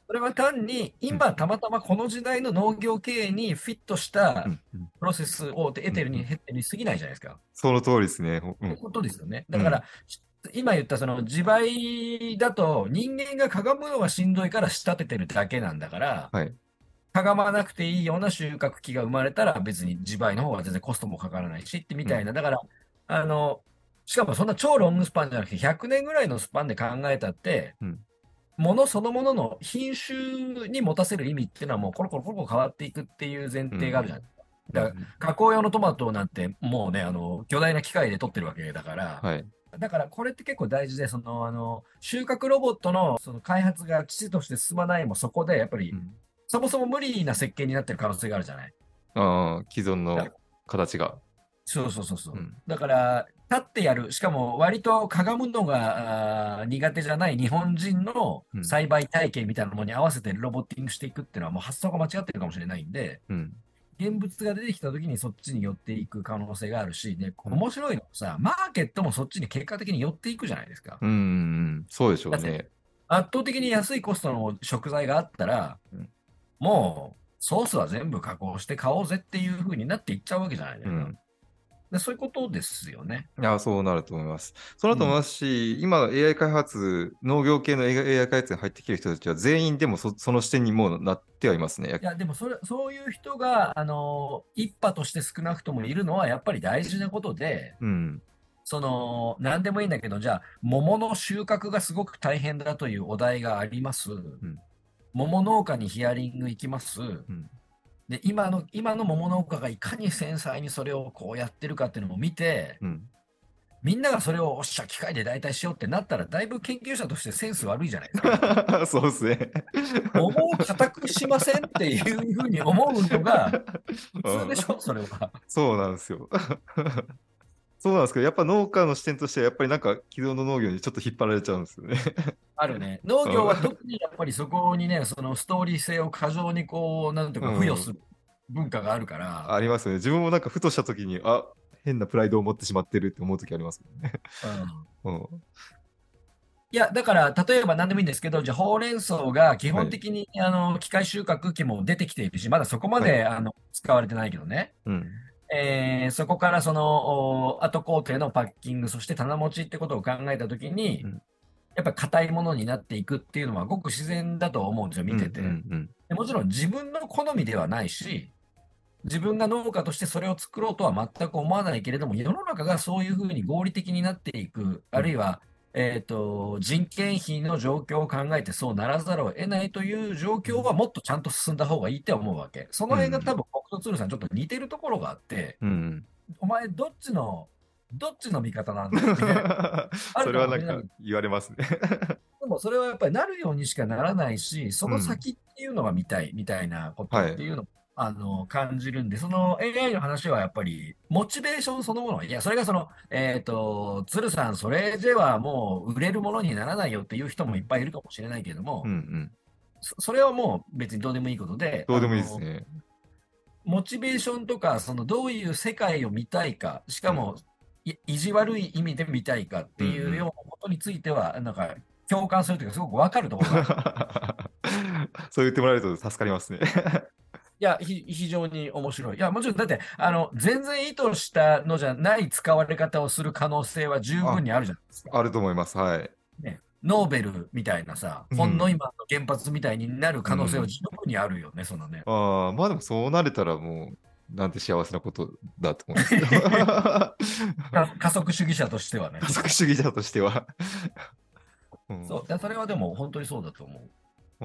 それは単にうん、 今たまたまこの時代の農業経営にフィットしたうん、うん、 プロセスを得うん、 てるに、 うん。 経ってるに過ぎないじゃないですか。 その通りですね。うん、 ということですよね。だうん。 から、今言ったその自培だと人間がかがむのがしんどいから仕立ててるだけなんだから、 はい。 かがまなくていいような収穫機が生まれたら別に自培の方が全然コストもかからないしってみうん、 たいな。だから、あの、しかもそんな超ロングスパンじゃなくて100年ぐらいのスパンで考えたって、 うん、 ものそのものの品種に持たせる意味っていうのはもうコロコロコロコロ変わっていくっていう前うん、 提があるじゃないですか。だからうん。 加工用のトマトなんてもうね、巨大な機械で取ってるわけだから、 はい。 だからこれって結構大事で、収穫ロボットのその開発が基地として進まないもそこで、やっぱりうん。 そもそも無理な設計になってる可能性があるじゃない。 ああ、既存だの形が。 そうそうそうそう。 うん、 だから、立ってやる、しかも割とかがむのが苦手じゃない日本人のうん、 栽培体系みたいなものに合わせてロボッティングしていくっていうのはもう発想が間違ってるかもしれないんで、 うん、 現物が出てきた時にそっちに寄っていく可能性があるし、で、 うん。 面白いのはさ、マーケットもそっちに結果的に寄っていくじゃないですか。 うん、そうでしょだってうね。 圧倒的に安いコストの食材があったら、 うん、 もうソースは全部加工して買おうぜっていう風になっていっちゃうわけじゃないですか。 うん。 でそういうことですよね。 いや、そうなると思います。そうなると思いうん。 ますし、今、AI 開発、農業系の AI 開発に入ってきてる人たちは、全員でもその視点にもうなってはいますね。 いや、でもそういう人が、一派として少なくともいるのはやっぱり大事なことで、 うん、 何でもいいんだけど、じゃあ、桃の収穫がすごく大変だというお題があります。 うん、 桃農家にヒアリング行きます。 うん、 で、今の桃農家がいかに繊細にそれをこうやってるかっていうのを見て、 うん。 みんながそれをおっしゃ、機械で代替しようってなったら、だいぶ研究者としてセンス悪いじゃないですか。 そうですね。 桃を固くしませんっていうふうに思うのが普うん、 通でしょ、それは。 そうなんですよ。そうなんですけど、やっぱ農家の視点としては、やっぱりなんか既存の農業にちょっと引っ張られちゃうんですよね。 あるね。農業はう特にやっぱりそこにね、そのストーリー性を過剰にこう、なんていうか、付与ん、 する文化があるから、 ありますよね。自分もなんかふとした時に、あ、変なプライドを持ってしまってるって思う時ありますもんね。 うん。 うん、 いや、だから、例えば何でもいいんですけど、じゃあ、ほうれん草が基はい。 本的に、機械収穫機も出てきているし、まだそこまはい。 で、使われてないけどね。 うん。 そこからその、後工程のパッキング、そして棚持ちってことを考えたときに、 うん。 やっぱり硬いものになっていくっていうのはごく自然だと思うんですよ、 うん。う見てて。 ん。 でもちろん自分の好みではないし、自分が農家としてそれを作ろうとは全く思わないけれども、世の中がそういうふうに合理的になっていく、 うん。 あるいは、人件費の状況を考えてそうならざるを得ないという状うん。 況はもっとちゃんと進んだ方がいいって思うわけ。その辺が多うん。 分僕と鶴さんちょっと似てるところがあって、 うん。 お前どっちの味方なんだよみたいな、あるそれはなんかかもしれないけど、 言われますね。 でもそれはやっぱりなるようにしかならないし、そうん。 の先っていうのが見たいみたいなことはい。 っていうのを感じるんで、その AI の話はやっぱり、モチベーションそのもの、いや、それが鶴さん、それではもう売れるものにならないよっていう人もいっうん。 ぱいいるかもしれないけれどうん。うも、 ん。 それはもう別にどうでもいいことで、 どうでもいいですね。 モチベーションとか、そのどういう世界を見たいか、しうん。 かも意地悪い意味で見たいかっうん。うていうようん。 なことについては、なんか共感するというか、すごくわかるところがある。 そう言ってもらえると助かりますね。 いや、非常に面白い。いや、もちろん、だって、全然意図したのじゃない使われ方をする可能性は十分あ、 にあるじゃないですか。 あると思います。はい。 ね。ノーベルみたいなさ、フォン・ノイうん。 マンの原発みたいになる可能性はうん。 十分にあるよね、そのね。 ああ、まあでもそうなれたらもう、なんて幸せなことだと思いますけど。 加速主義者としてはね。 加速主義者としては。うん。 そう。それはでも本当にそうだと思う。 うん。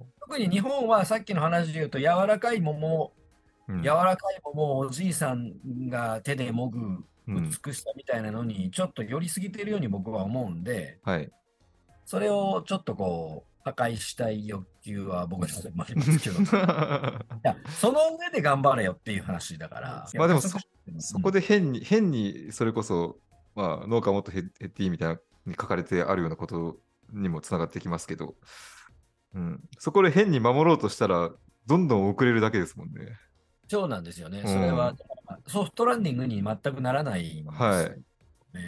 特に日本はさっきの話で言うと、柔うん。 らかい桃をおじいさんが手でもぐうん。 美しさみたいなのにちょっと寄りすぎてるように僕は思うんで、 はい。 それをちょっとこう、破壊したい欲求は僕の中でもありますけど、いや、その上で頑張れよっていう話だから、いや、 まあでも加速しても、 そこで変にそれこそ、まあ、農家もっと減っていいみたいなに書かれてあるようなことにもつながってきますけど、うん、そこで変に守ろうとしたら、どんどん遅れるだけですもんね。 そうなんですよね。 うそれは、 ん。 ソフトランディングに全くならないんですよはい。 ね。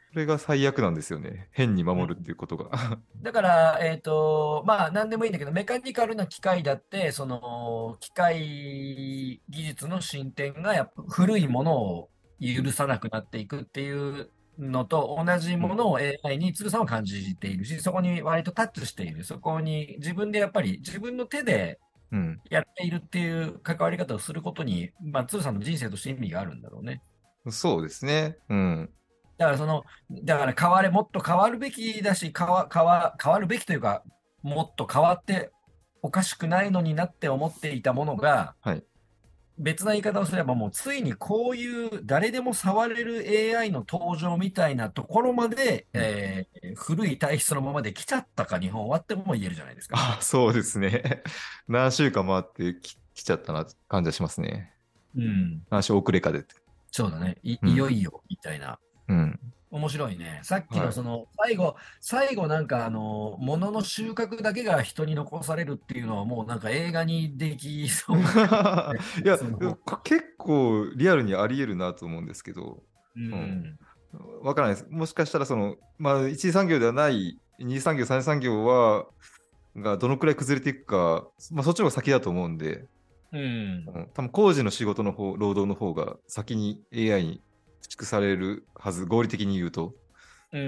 それが最悪なんですよね。変に守るっていうことが。 だから、まあ、なんでもいいんだけど、メカニカルな機械だって、その、機械技術の進展がやっぱ古いものを許さなくなっていくっていうのと同じうん。 ものを AI に鶴さんは感じているし、そこに割とタッチしている。そこに自分でやっぱり自分の手でうん。 やっているっていう関わり方をすることに、まあ、鶴さんの人生として意味があるんだろうね。 そうですね。うん。 だからその、だからもっと変わるべきだし、変わるべきというか、もっと変わっておかしくないのになって思っていたものが、 はい。 別な言い方をすれば、もうついにこういう誰でも触れる AI の登場みたいなところまで、 うん。 古い体質のままで来ちゃったか、日本はっても言えるじゃないですか。 あ、そうですね。何週間もあってきちゃったな感じはしますね。 うん。 何週遅れかでって。 そうだね。いようん。 いよ、みたいな。 うん。 面白いね。さっきはい。 のその、最後なんか物の収穫だけが人に残されるっていうのはもうなんか映画にできそうな感じで、 いや、 その、 結構リアルにあり得るなと思うんですけど、 ううん。 ん、 わからないです。もしかしたら、まあ、一次産業ではない、二次産業、三次産業がどのくらい崩れていくか、まあ、そっちの方が先だと思うんで、 うん、 多分工事の仕事の労働の方が先に AI に駆逐されるはず、合理的に言うと、 うん。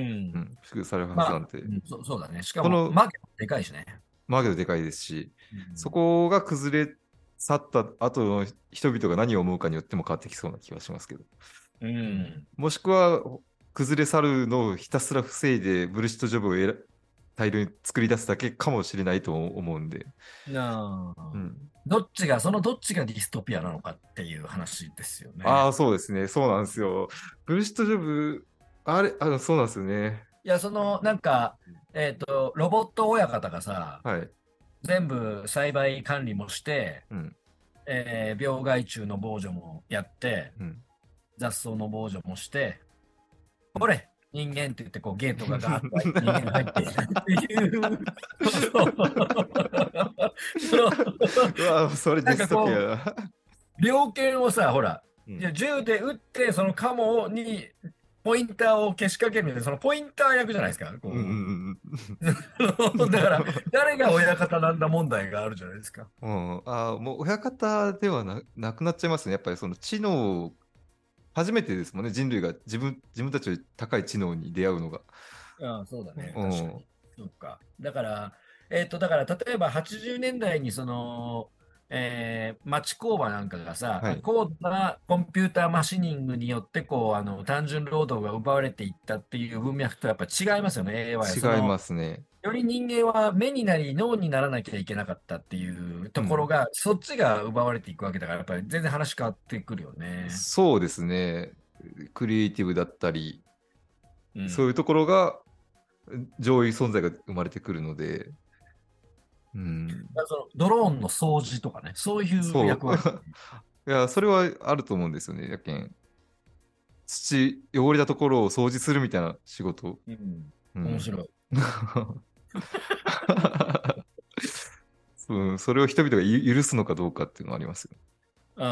駆逐されるはまあ、 ずなんで、 そうだね。しかも、 そのマーケットでかいしね。 マーケットでかいですし、 うん、 そこが崩れ去った後の人々が何を思うかによっても変わってきそうな気がしますけど。 ううん、 ん。 もしくは、崩れ去るのをひたすら防いで、ブルシットジョブを大量に作り出すだけかもしれないと思うんで。 なあ、 うん、 どっちがディストピアなのかっていう話ですよね。 ああ、そうですね。そうなんですよ。ブルシットジョブ、そうなんですよね。 いや、なんか、ロボット親方がさ、 はい。 全部栽培管理もして、 うん。 病害虫の防除もやって、 うん。 雑草の防除もして、 うん。 これ、人間って言って、こう、ゲートがガーッと開いて、人間が入っていくっていう、そうそのうわ、それなディストピんかこう、 アだ。 猟犬をさ、ほら、 うん。 いや銃で撃って、そのカモにポインターをけしかけるんで、そのポインター役じゃないですか。 うんうんうこんうん。 うだから、誰が親方なんだ問題があるじゃないですか。 うん、もう親方ではなくなっちゃいますね。やっぱりその知能、初めてですもんね、人類が自分たちより高い知能に出会うのが。 ああ、そうだね。 うん。 確かに。そうか。だから、例えば80年代に町工場なんかがさ、 はい。 高度なコンピューターマシニングによって、こう、単純労働が奪われていったっていう文脈とやっぱ違いますよね、AI は。 違いますね。 より人間は目になり脳にならなきゃいけなかったっていううん。 ところが、そっちが奪われていくわけだから、やっぱり全然話変わってくるよね。 そうですね。クリエイティブだったり、 うん。 そういうところが上位存在が生まれてくるので、うん。 だからそのドローンの掃除とかね、そういうそう。 役割。 いや、それはあると思うんですよね。やけん、汚れたところを掃除するみたいな仕事。 うん。 うん。 面白い。 うん、それを人々が許すのかどうかっていうのはありますよ。 うん。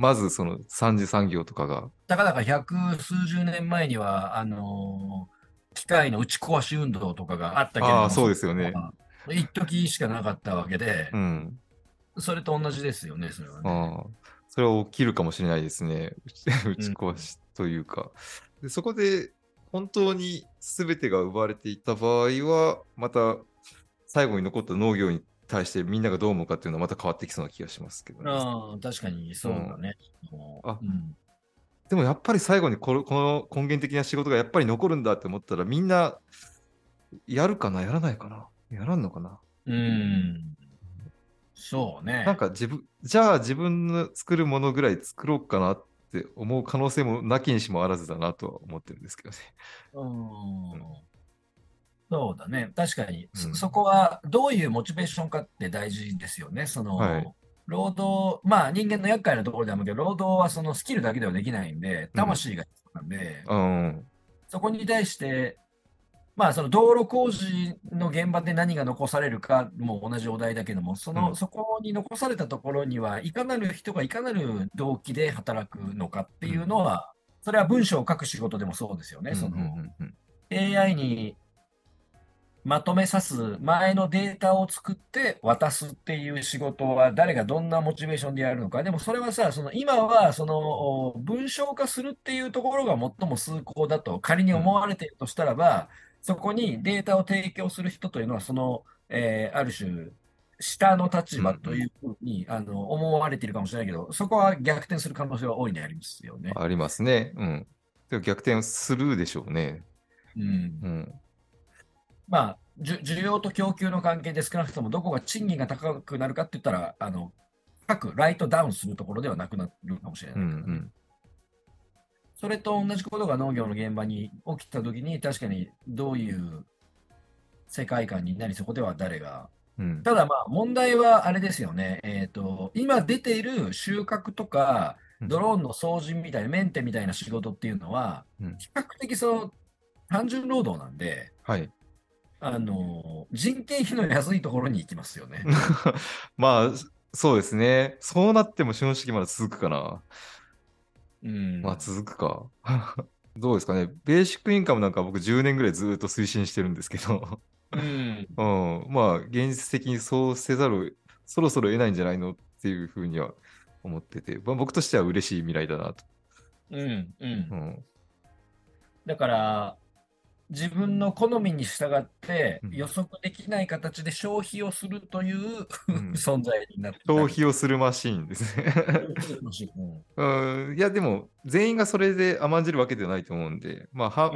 まずその三次産業とかが。 たかだか百数十年前には、機械の打ち壊し運動とかがあったけれああ、 ども、 そうそですよね。 れは一時しかなかったわけで、 うん。 それと同じですよね、それはね。 ああ、それは起きるかもしれないですね。打うん。 ち壊しというか。で、そこで本当に全てが奪われていた場合は、また最後に残った農業に対してみんながどう思うかっていうのはまた変わってきそうな気がしますけどね。 ああ、確かにうん。 そうだね。 あ、 うん。 でもやっぱり最後にこの根源的な仕事がやっぱり残るんだって思ったらみんなやるかな、やらないかな、やらんのかな。 うん。そうね。 なんかじゃあ自分の作るものぐらい作ろうかなって思う可能性もなきにしもあらずだなとは思ってるんですけどね。 ううん。 ん。そうだね。確かに、 うん。 そこはどういうモチベーションかって大事ですよね。 はい。 労働、まあ人間の厄介なところではあるけど、労働はそのスキルだけではできないんで、 うん。 魂が必要なんで、 うん。 そこに対して、まあその道路工事の現場で何が残されるかも同じお題だけども、 うん。 そこに残されたところには、いかなる人がいかなる動機で働くのかってうん。 いうのは、 それは文章を書く仕事でもそうですよね。 うんうん AI にまとめさす前のデータを作って渡すっていう仕事は誰がどんなモチベーションでやるのか。でもそれはさ、今は文章化するっていうところが最も崇高だと仮にうん思われているとしたらば、そこにデータを提供する人というのは、ある種、下の立うんうん。 場というふうに思われているかもしれないけど、そこは逆転する可能性は大いにありますよね。 ありますね。うん。でも逆転するでしょうね。 うん。 うん。 まあ、需要と供給の関係で少なくともどこが賃金が高くなるかって言ったら、各ライトダウンするところではなくなるかもしれうんうないからね。 ん。 それと同じことが農業の現場に起きたときに、確かにどういう世界観になり、そこでは誰が。 うん。 ただまあ、問題はあれですよね。今出ている収穫とか、 うん。 ドローンの掃除みたいな、メンテみたいな仕事っていうのは、 うん。 比較的単純労働なんで、 はい。 人件費の安いところに行きますよね。 まあ、そうですね。そうなっても資本主義まだ続くかな。 うまあん。 続くか。どうですかね。ベーシックインカムなんか僕10年ぐらいずっと推進してるんですけど、 うん。 うん、まあ現実的にそうせざるをそろそろ得ないんじゃないのっていうふうには思ってて、まあ、僕としては嬉しい未来だなと。 うん。うん。 うん。 だから、自分の好みに従ってうん予測できない形で消費をするといううん、 存在にな消費ると。 をするマシーンですね。うん、いや、でも、全員がそれで甘んじるわけではないと思うんで、まあ、 うん。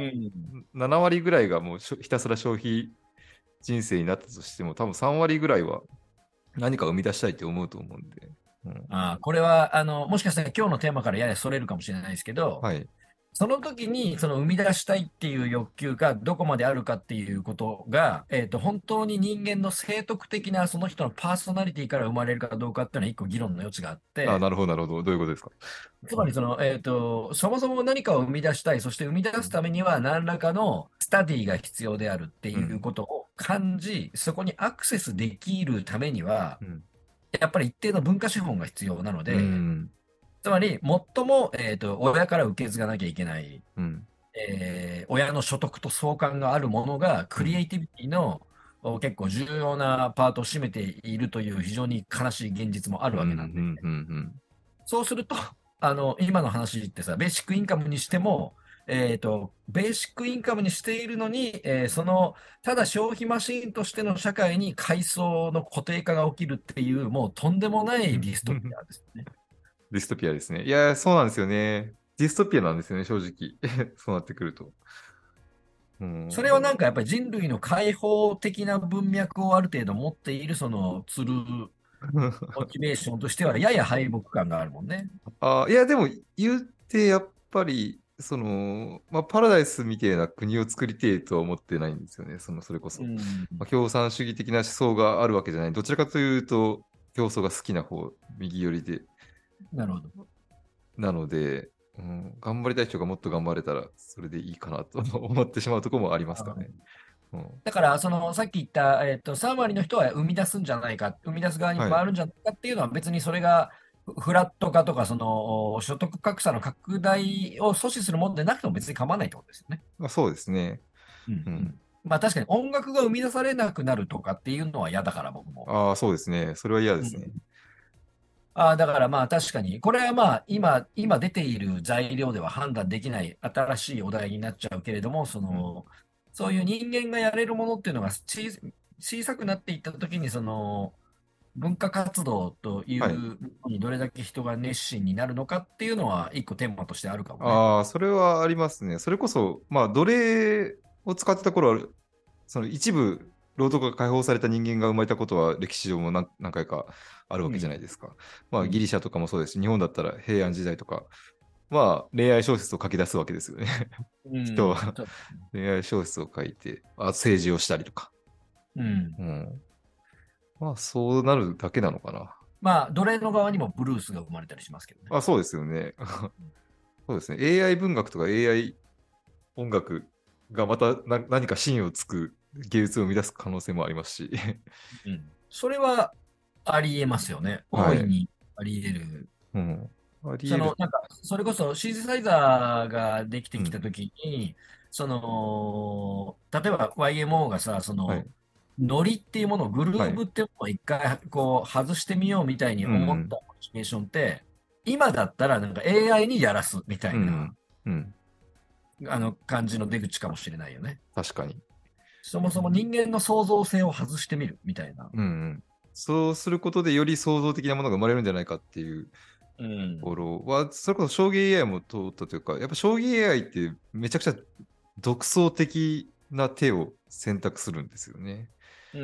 7割ぐらいがもうひたすら消費人生になったとしても、多分3割ぐらいは何か生み出したいって思うと思うんで。うん、 これは、もしかしたら今日のテーマからややそれるかもしれないですけど、 はい。 その時に、生み出したいっていう欲求がどこまであるかっていうことが、本当に人間の生徳的なその人のパーソナリティから生まれるかどうかっていうのは一個議論の余地があっあ、 て、 なるほど、なるほど。どういうことですか。 つまりそもそも何かを生み出したい、そして生み出すためには何らかのスタディが必要であるっていううん。 ことを感じ、そこにアクセスできるためには、 うん。 やっぱり一定の文化資本が必要なのうで、 ん。 つまり最も、親から受け継がなきゃいけない、 うん。 親の所得と相関があるものがクリエうん。 イティビティの結構重要なパートを占めているという非常に悲しい現実もあうん。 るわけなんで、 うん。うん。 そうすると、今の話ってさ、ベーシックインカムにしても、ベーシックインカムにしているのに、ただ消費マシーンとしての社会に階層の固定化が起きるっていう、もうとんでもないディストピアですよね。 ディストピアですね。いや、そうなんですよね。ディストピアなんですよね、正直。そうなってくると。うん。 それはなんかやっぱり人類の開放的な文脈をある程度持っている、ツルモチベーションとしては、やや敗北感があるもんね。 いや、でも言ってやっぱり、まあ、パラダイスみたいな国を作りてえとは思ってないんですよね。それこそ。 うん。 まあ、共産主義的な思想があるわけじゃない。どちらかというと、競争が好きな方、右寄りで。 なるほど。 なので、うん、頑張りたい人がもっと頑張れたら、それでいいかなと思ってしまうところもありますかね。うん、 だから、さっき言った、3割の人は生み出すんじゃないか、生み出す側にはい。 回るんじゃないかっていうのは、別にそれがフラット化とか、所得格差の拡大を阻止するものでなくても別に構わないってことですよね。 まあ、そうですね。 うんうん。 うん。 まあ確かに音楽が生み出されなくなるとかっていうのは嫌だから、僕も。 ああ、そうですね。それは嫌でうん。 すね。 だからまあ確かに、これはまあ今出ている材料では判断できない新しいお題になっちゃうけれども、 うん。 そういう人間がやれるものっていうのが小さくなっていったときに、文化活動といはい。 うのにどれだけ人が熱心になるのかっていうのは一個テーマとしてあるかもね。 ああ、それはありますね。それこそ、まあ、奴隷を使ってた頃は、その一部、労働が解放された人間が生まれたことは歴史上も何回かあるわけじゃうん。 ないですか。まあ、ギうん。 リシャとかもそうですし、日本だったら平安時代とか、まあ、恋愛小説を書き出すわけですよね。 う人ん。 は恋愛小説を書いて、政治をしたりとか。 うん。 うん。まあ、そうなるだけなのかな。 まあ、奴隷の側にもブルースが生まれたりしますけどね。 そうですよね。そうですね。AI 文学とか AI 音楽がまた何か芯をつく芸術を生み出す可能性もありますし。 うん。それはありえますよね。 はい。 大いにあり得る。 うん。 あり得る。 なんか、それこそシンセサイザーができてきたうん。 ときに、例えば YMO がさ、 はい。 ノリっていうものを、グルはい。 ーブっていうものを一回、こう、外してみようみたいにうん。 思ったモチベーションって、今だったらなんか AI にやらすみたいな、 うん。うん。 感じの出口かもしれないよね。 確かに。 そもそも人間の創造性を外してみるみたいな。 うん。そうすることでより創造的なものが生まれるんじゃないかっていうとうん。 ころは、それこそ将棋 AI も通ったというか、やっぱ将棋 AI ってめちゃくちゃ独創的な手を選択するんですよね。 うん。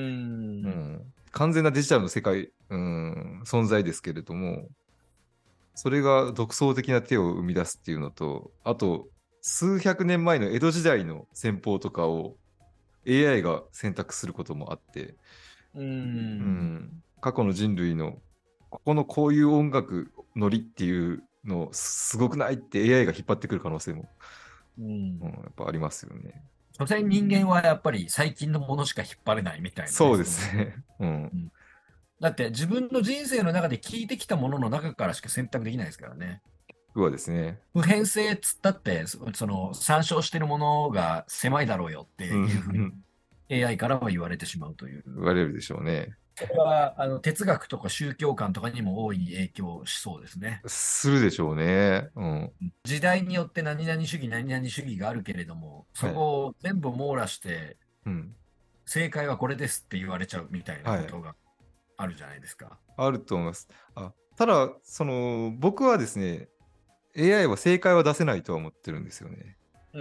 うん。完全なデジタルの世界、存在ですけれども、それが独創的な手を生み出すっていうのと、あと、数百年前の江戸時代の戦法とかを AI が選択することもあって、 うん。 過去の人類のここのこういう音楽ノリっていうのすごくないって AI が引っ張ってくる可能性も、 うん。 やっぱありますよね。 所詮人間はやっぱり最近のものしか引っ張れないみたいなね。 そうですね。うん。 うん。だって自分の人生の中で聞いてきたものの中からしか選択できないですからね。 僕はですね。 普遍性っつったって、参照してるものが狭いだろうよってういうふうにん。 AI からは言われてしまうという。 言われるでしょうね。 それは哲学とか宗教観とかにも大いに影響しそうですね。 するでしょうね。うん。 時代によって何々主義、何々主義があるけれども、そはい。 こを全部網羅してうん。 正解はこれですって言われちゃうみたいなはい。 ことがあるじゃないですか。 あると思います。ただ、僕はですね、AI は正解は出せないとは思ってるんですよね。 うん。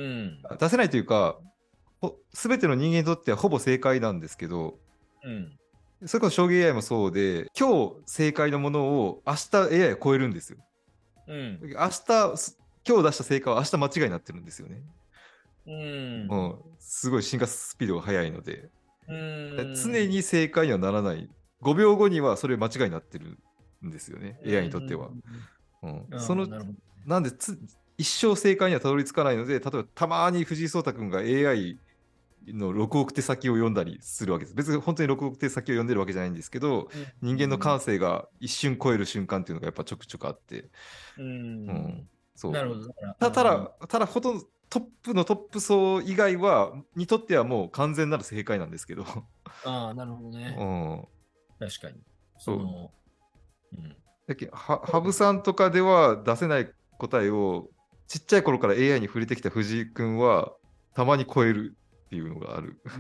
出せないというか、すべての人間にとってはほぼ正解なんですけど、 うん。 それこそ将棋 AI もそうで、今日正解のものを明日 AI は超えるんですよ。 うん。 今日出した正解は明日間違いになってるんですよね。 うん。 うん、すごい進化スピードが速いので、 うん。 常に正解にはならない。5秒後にはそれ間違いになってるんですよね、 う AI にとっては。 ん。 うん、 ああ、なるほど。 なんで一生正解にはたどり着かないので、例えばたまに藤井聡太君が AI の6億手先を読んだりするわけです。別に本当に6億手先を読んでるわけじゃないんですけど、 うん。 人間の感性が一瞬超える瞬間っていうのがやっぱちょくちょくあって、 ううん、 ん。 そう。 なるほど。だから、 ただ、ほとんどトップのトップ層以外にとってはもう完全なる正解なんですけど、 なるほどね。 うん、 確かに。 そう。 うん。 羽生さんとかでは出せない答えを、ちっちゃい頃から AI に触れてきた藤井君は、たまに超えるっていうのがある。 うん。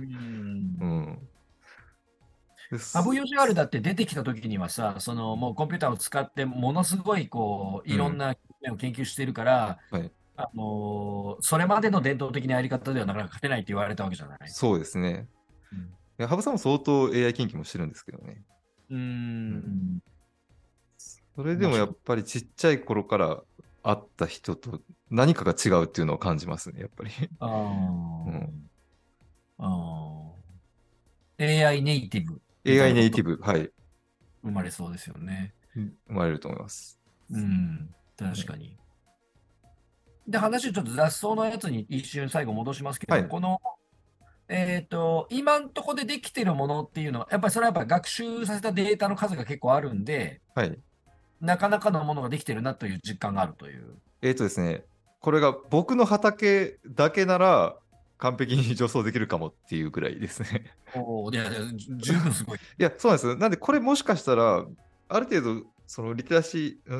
うん。で羽生す。 善治だって出てきた時にはさ、もうコンピューターを使ってものすごいこう、 うん。 いろんな面を研究しているから、 はい。 それまでの伝統的なやり方ではなかなか勝てないって言われたわけじゃない。 そうですね。 うん。 羽生さんも相当 AI 研究もしてるんですけどね。 うーうん。 ん。 それでもや面白い。 っぱりちっちゃい頃から会った人と何かが違うっていうのを感じますね、やっぱり。 あうん、 あ、ああ。AI ネイティブみたい AI なことネイティブ、はい、 生まれそうですよね。 生まれると思います。 うん。確かに。で、話ちょっと雑草のやつに一瞬最後戻しますけど、 はい、 この、今んとこでできてるものっていうのは、やっぱりそれはやっぱ学習させたデータの数が結構あるんで、 はい。 なかなかのものができてるなという実感があるという。 ですね、これが僕の畑だけなら完璧に除草できるかもっていうぐらいですね。 おー、いや、いや十分すごい。 いや、そうなんですよ。なんで、これもしかしたら、ある程度、そのリテラシー、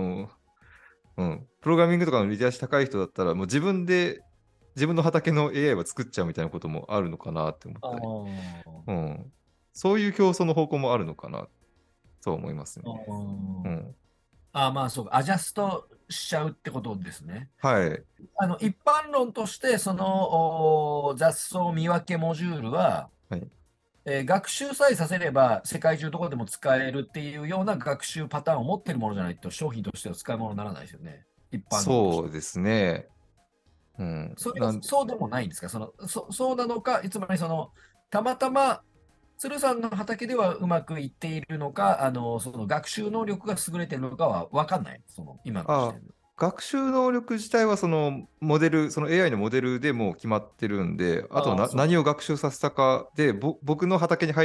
プログラミングとかのリテラシー高い人だったら、もう自分で自分の畑の AI は作っちゃうみたいなこともあるのかなって思っあたり、 ーうん、そういう競争の方向もあるのかなと思いますね。 あー、 うん、 まあそうか、アジャストしちゃうってことですね。 はい。 一般論として、雑草見分けモジュールは、 はい。 学習さえさせれば世界中どこでも使えるっていうような学習パターンを持ってるものじゃないと商品としては使い物にならないですよね。一般論として。 そうですね。うん。 それはそうでもないんですか？そうなのか、つまりたまたま鶴さんの畑ではうまくいっているのか、その学習能力が優れているのかは分かんない。今の時あ、 点で。 学習能力自体はそのモデル、その AI のモデルでもう決まってるんで、あとはそう。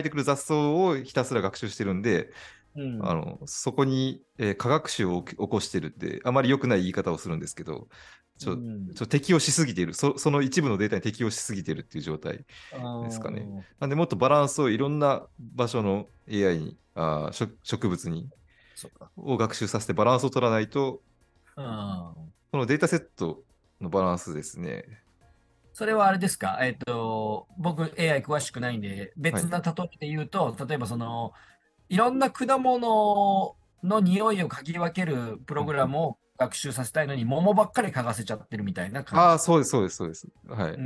何を学習させたかで、僕の畑に生えてくる雑草をひたすら学習してるんで、 うん。 そこに、科学習を起こしてるって、あまり良くない言い方をするんですけど、 うん。 適用しすぎているその一部のデータに適用しすぎているっていう状態あですかね。 あ、 なんで、もっとバランスをいろんな場所の AI に、植物に、 そっか。 を学習させてバランスを取らないと、 ああ。 このデータセットのバランスですね。 それはあれですか、僕 AI 詳しくないんで、 はい。 別な例えで言うと、例えばいろんな果物の匂いを嗅ぎ分けるプログラうんうん。 ムを学習させたいのに、桃ばっかり嗅がせちゃってるみたいな感ああ、 じか。 そうです、そうです、そうです。はい。 うん。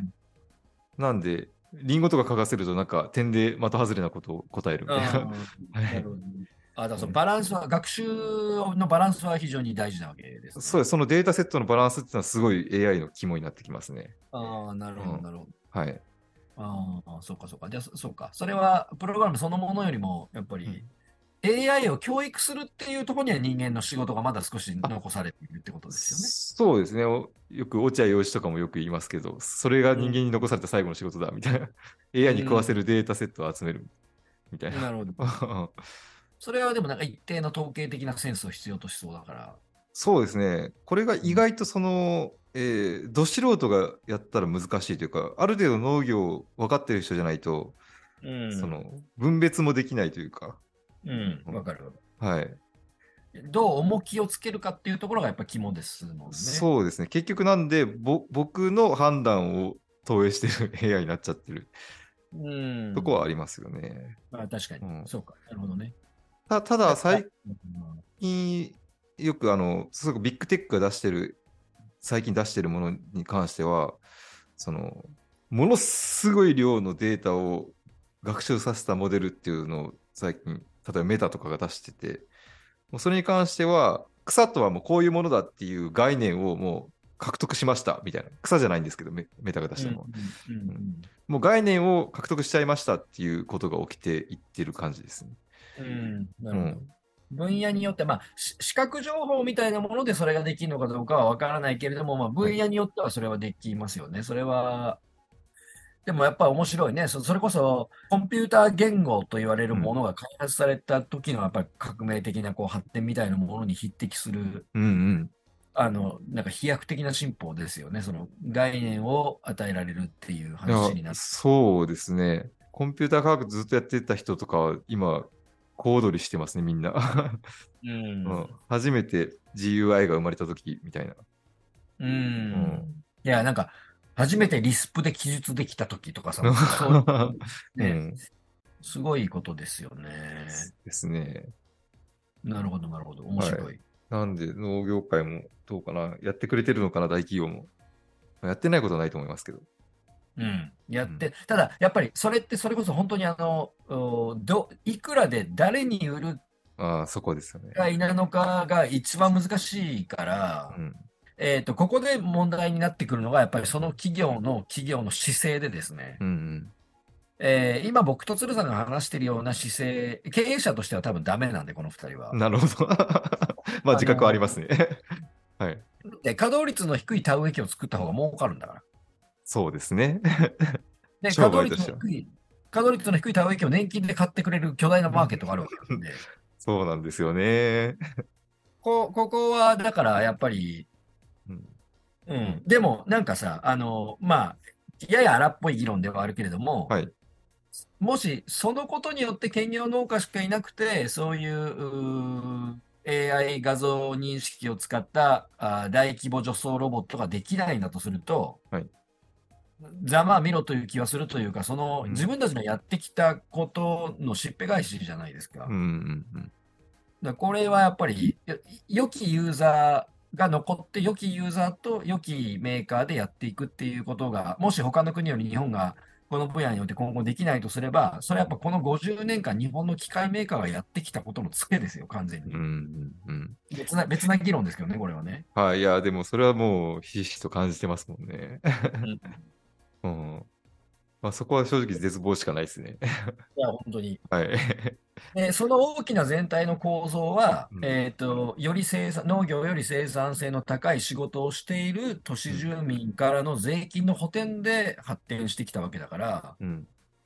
なんで、リンゴとか書かせると、なんか点で的外れなことを答えるみたいな。 ああ、 はい。 なるほど。あ、だからそのはい。 バランスは、学習のバランスは非常に大事なわけですね。 そうです。そのデータセットのバランスっていうのはすごい AI の肝になってきますね。 ああ、なるほど、 うん。 なるほど。 はい。 ああ、そうか、そうか。じゃあ、そうか。それは、プログラムそのものよりも、やっぱり、 うん。 AI を教育するっていうところには人間の仕事がまだ少しあ、 残されているってことですよね。 そうですね。よく落合陽一とかもよく言いますけど、それがうん。 人間に残された最後の仕事だみたいな。AI に食わせうん。 るデータセットを集めるみたいな。 なるほど。それはでもなんか一定の統計的なセンスを必要としそうだから。 そうですね。これが意うん。 外とど素人がやったら難しいというか、ある程度農業分かってる人じゃないと、 うん。 分別もできないというか、 うん。 うん。 わかる。 はい。 どう重きをつけるかっていうところがやっぱ肝ですもんね。 そうですね。結局なんで、僕の判断を投影してる AI になっちゃってるうとこはあん。 りますよね。 まあ確かに。 うん、 そうか。なるほどね。 ただ、 だから、 最近、よくすごくビッグテックが最近出してるものに関しては、その、ものすごい量のデータを学習させたモデルっていうのを最近、例えばメタとかが出してて、もうそれに関しては、草とはもうこういうものだっていう概念をもう獲得しましたみたいな。草じゃないんですけど、メタが出しうん。 たのは。 うん。ううん、 ん。 もう概念を獲得しちゃいましたっていうことが起きていってる感じですね。 うん。なるほど。 うん。 分野によって、まあ、視覚情報みたいなものでそれができるのかどうかはわからないけれども、まあ、 はい。 分野によってはそれはできますよね。それは、でもやっぱ面白いね。それこそ、コンピューター言語と言われるうん。 ものが開発された時のやっぱり革命的なこう発展みたいなものに匹敵する、 うんうん。 なんか飛躍的な進歩ですよね。その概念を与えられるっていういや、 話になる。 そうですね。コンピューター科学ずっとやってた人とかは、今、小躍りしてますね、みんな。 ううん、 ん。 初めて GUI が生まれた時みたいな。 ううん。 ん。いや、なんか、初めてリスプで記述できた時とかさ、そういう、ね、 うん。 すごいことですよね。 ですね。 なるほど、なるほど。面はい。 白い。 なんで、農業界もどうかな。やってくれてるのかな、大企業も。やってないことはないと思いますけど。 うん。やうん。 って、ただ、やっぱり、それってそれこそ本当にいくらで誰に売るああ、そこですよね。 か否なのかが一番難しいから、 うん。 ここで問題になってくるのが、やっぱりその企業の姿勢でですね、 うん、 今僕と鶴さんが話しているような姿勢、経営者としては多分ダメなんで、この二人うん。 は。 なるほど。まあ、 あ自覚はありまの、 すね。はい。 で、稼働率の低い田植え機を作った方が儲かるんだから。 そうですね。 で、 商売としては。 稼働率の低い田植え機を年金で買ってくれる巨大なマーケットがあるわけなんで、 そうなんですよね。 ここは、だからやっぱり、 うん。 うん。でも、なんかさ、まあ、やや荒っぽい議論ではあるけれども、 はい。 もし、そのことによって兼業農家しかいなくて、そういう、AI 画像認識を使った大規模除草ロボットができないんだとすると、 はい。 ざまあ見ろという気はするというか、 うん。 自分たちのやってきたことのしっぺ返しじゃないですか。 うんうんうん。 これはやっぱり、良きユーザーが残って、良きユーザーと良きメーカーでやっていくっていうことが、もし他の国より日本がこの分野によって今後できないとすれば、それはやっぱこの50年間日本の機械メーカーがやってきたことのツケですよ、完全うんに。 うんうん。 別な議論ですけどね、これはね。 はい。いや、でもそれはもうひしひしと感じてますもんね。 うん。いうん。まあ、そこは正直絶望しかないですね。 や、本当に。 はい。 その大きな全体の構造は、 うん。 農業より生産性の高い仕事をしている都市うん。 住民からの税金の補填で発展してきたわけだから、 うん。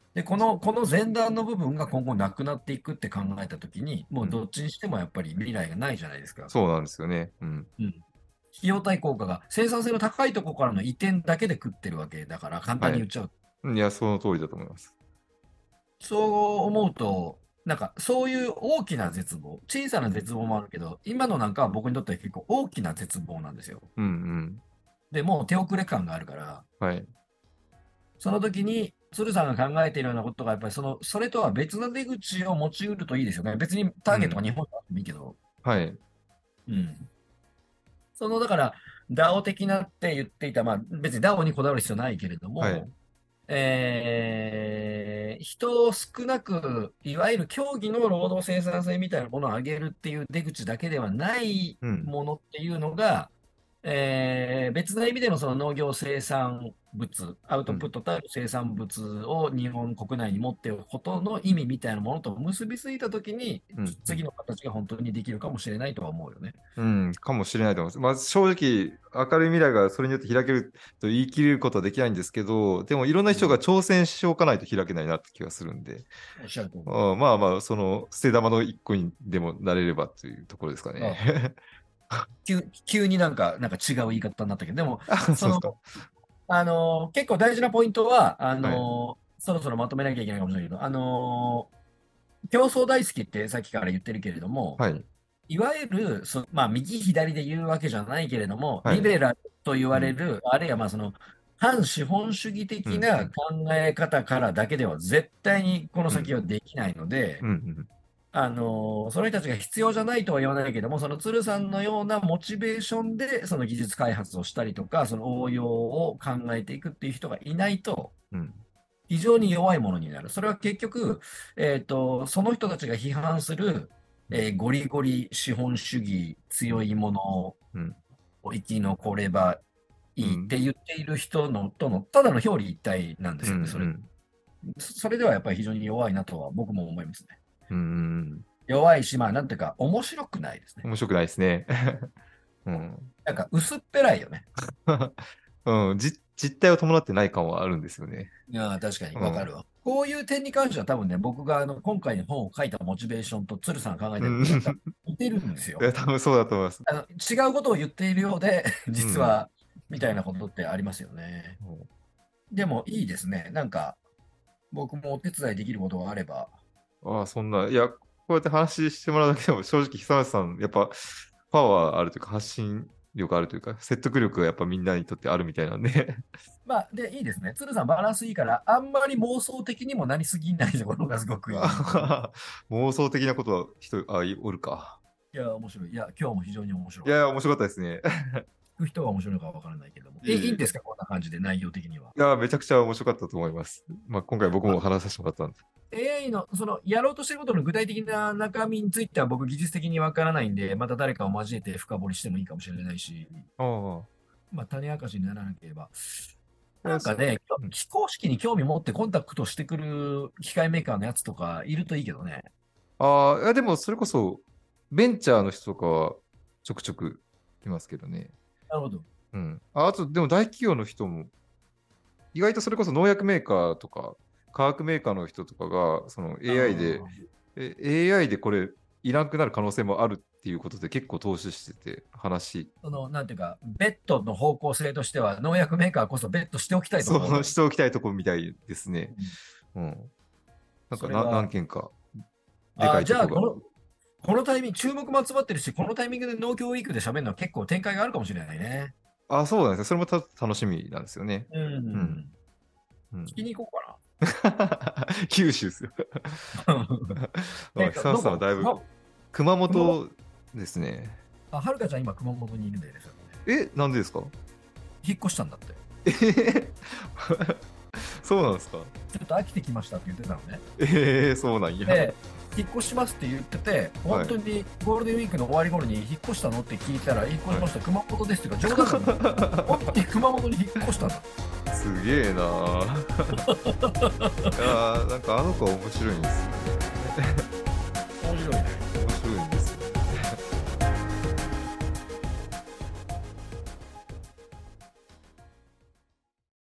で、この前段の部分が今後なくなっていくって考えたときに、もうどっちにしてもやっぱり未来がないじゃないですか。 そうなんですよね。うん。 うん。費用対効果が生産性の高いところからの移転だけで食ってるわけだから、簡単はい。 に言っちゃう。 いや、その通りだと思います。 そう思うと、なんかそういう大きな絶望、小さな絶望もあるけど、今のなんかは僕にとっては結構大きな絶望なんですよ。 うんうん。 で、もう手遅れ感があるから、 はい。 その時に、鶴さんが考えているようなことが、やっぱりそれとは別の出口を持ち得るといいですよね。別にターゲットうん。 が日本であってもいいけど、 はい。 うん。だから、DAO 的なって言っていた、まあ、別に DAO にこだわる必要ないけれどはい。 も、人を少なく、いわゆる競技の労働生産性みたいなものを上げるっていう出口だけではないうん。 ものっていうのが、別な意味でのその農業生産物、アウうん。 トプットたる生産物を日本国内に持っておくことの意味みたいなものと結びついたときに、 うん。うん。 次の形が本当にできるかもしれないとは思うよね。 うん、かもしれないと思います。まあ、正直、明るい未来がそれによって開けると言い切ることはできないんですけど、でもいろんな人がうん、 挑戦しておかないと開けないなって気がするんで、 おっしゃる通り。 まあまあ、その捨て玉の一個にでもなれればというところですかあ、 ね。 急になんか違う言い方になったけど、でも、 あ、そうですか。 結構大事なポイントは、 はい。 そろそろまとめなきゃいけないかもしれないけど、競争大好きってさっきから言ってるけれども、 はい。 いわゆる、まあ、右左で言うわけじゃないけれども、 はい。 リベラルと言うん。 われる、あるいはまあ反資本主義うん。う的なん。 考え方からだけでは絶対にこのうん。 先はできないので、 うん。うん。 その人たちが必要じゃないとは言わないけども、その鶴さんのようなモチベーションで、その技術開発をしたりとか、その応用を考えていくっていう人がいないと、 うん。 非常に弱いものになる。それは結局、その人たちが批判する、ゴリゴリ資本主義うん。 強いものうん。 を生き残ればいいっうん。 て言っている人のとのただの表裏一体なんでうん。うすよね、それ。 ん。 それではやっぱり非常に弱いなとは僕も思いますね。 うん。 弱いし、まあなんていうか面白くないですね。 面白くないですね。うん。 なんか薄っぺらいよね。 うん、実態を伴ってない感はあるんですよね。 いやー、確かにうん。 わかるわ。こういう点に関しては多分ね、僕が今回の本を書いたモチベーションと鶴さんが考えうん。 てることが多分似てるんですよ。 いや、多分そうだと思います。 違うことを言っているようで、 うん。 実は、みたいなことってありますよね。でもいいですね。なんか、僕もお手伝いできることがあれば。 ああ、そんな、いや、こうやって話してもらうだけでも、正直、久松さん、やっぱ、パワーあるというか、発信力あるというか、説得力がやっぱみんなにとってあるみたいなんで。 まあ、で、いいですね。鶴さんバランスいいから、あんまり妄想的にもなりすぎないところがすごくいい。 妄想的なことはおるか。 いや、面白い。いや、今日も非常に面白いや、 かった。 面白かったですね。 聞く人が面白いのかわからないけども。 いえいえ。 いいんですかこんな感じで、内容的には。 いや、めちゃくちゃ面白かったと思います。まあ、今回僕も話させてもらったんで。 AI の、やろうとしてることの具体的な中身については僕技術的にわからないんで、また誰かを交えて深掘りしてもいいかもしれないし、 ああ。 まあ、種明かしにならなければ。 いや、 なんかね、 うん。 非公式に興味持ってコンタクトしてくる機械メーカーのやつとかいるといいけどね。 ああ、いや、でもそれこそ、ベンチャーの人とかはちょくちょくいますけどね。 なるほど。 うん。あと、でも大企業の人も、意外とそれこそ農薬メーカーとか、化学メーカーの人とかが、そのあ AI で、 ー AI でこれ、いらなくなる可能性もあるっていうことで結構投資してて、話、 なんていうか、ベッドの方向性としては、農薬メーカーこそベッドしておきたいところそうだ。 しておきたいところみたいですね。 うん、 うん。なんか何それは、 件か、でかいじゃあ、 とこが。 このタイミング、注目も集まってるし、このタイミングで農協ウィークで喋るのは結構展開があるかもしれないね。 あ、そうなんですね。それも楽しみなんですよね。 ううん。 ん。 うん。 聞きに行こうか九州ですよ。 な。 あ、久松どこさんはだいぶ熊熊本、 本ですね。 はるかちゃん今熊本にいるんだよね。 なんでですか？ 引っ越したんだって。 えへへそうなんですか？ ちょっと飽きてきましたって言ってたのね。 そうなんや。 で、引っ越しますって言ってて、 はい。 本当にゴールデンウィークの終わり頃に引っ越したのって聞いたら、引っ越しはい。 ました、熊本ですっていうか、冗談なんだけど、本当に熊本に引っ越したんだ。 すげえなー。いやーなんかあの子は面白いんですよね。 面白いね。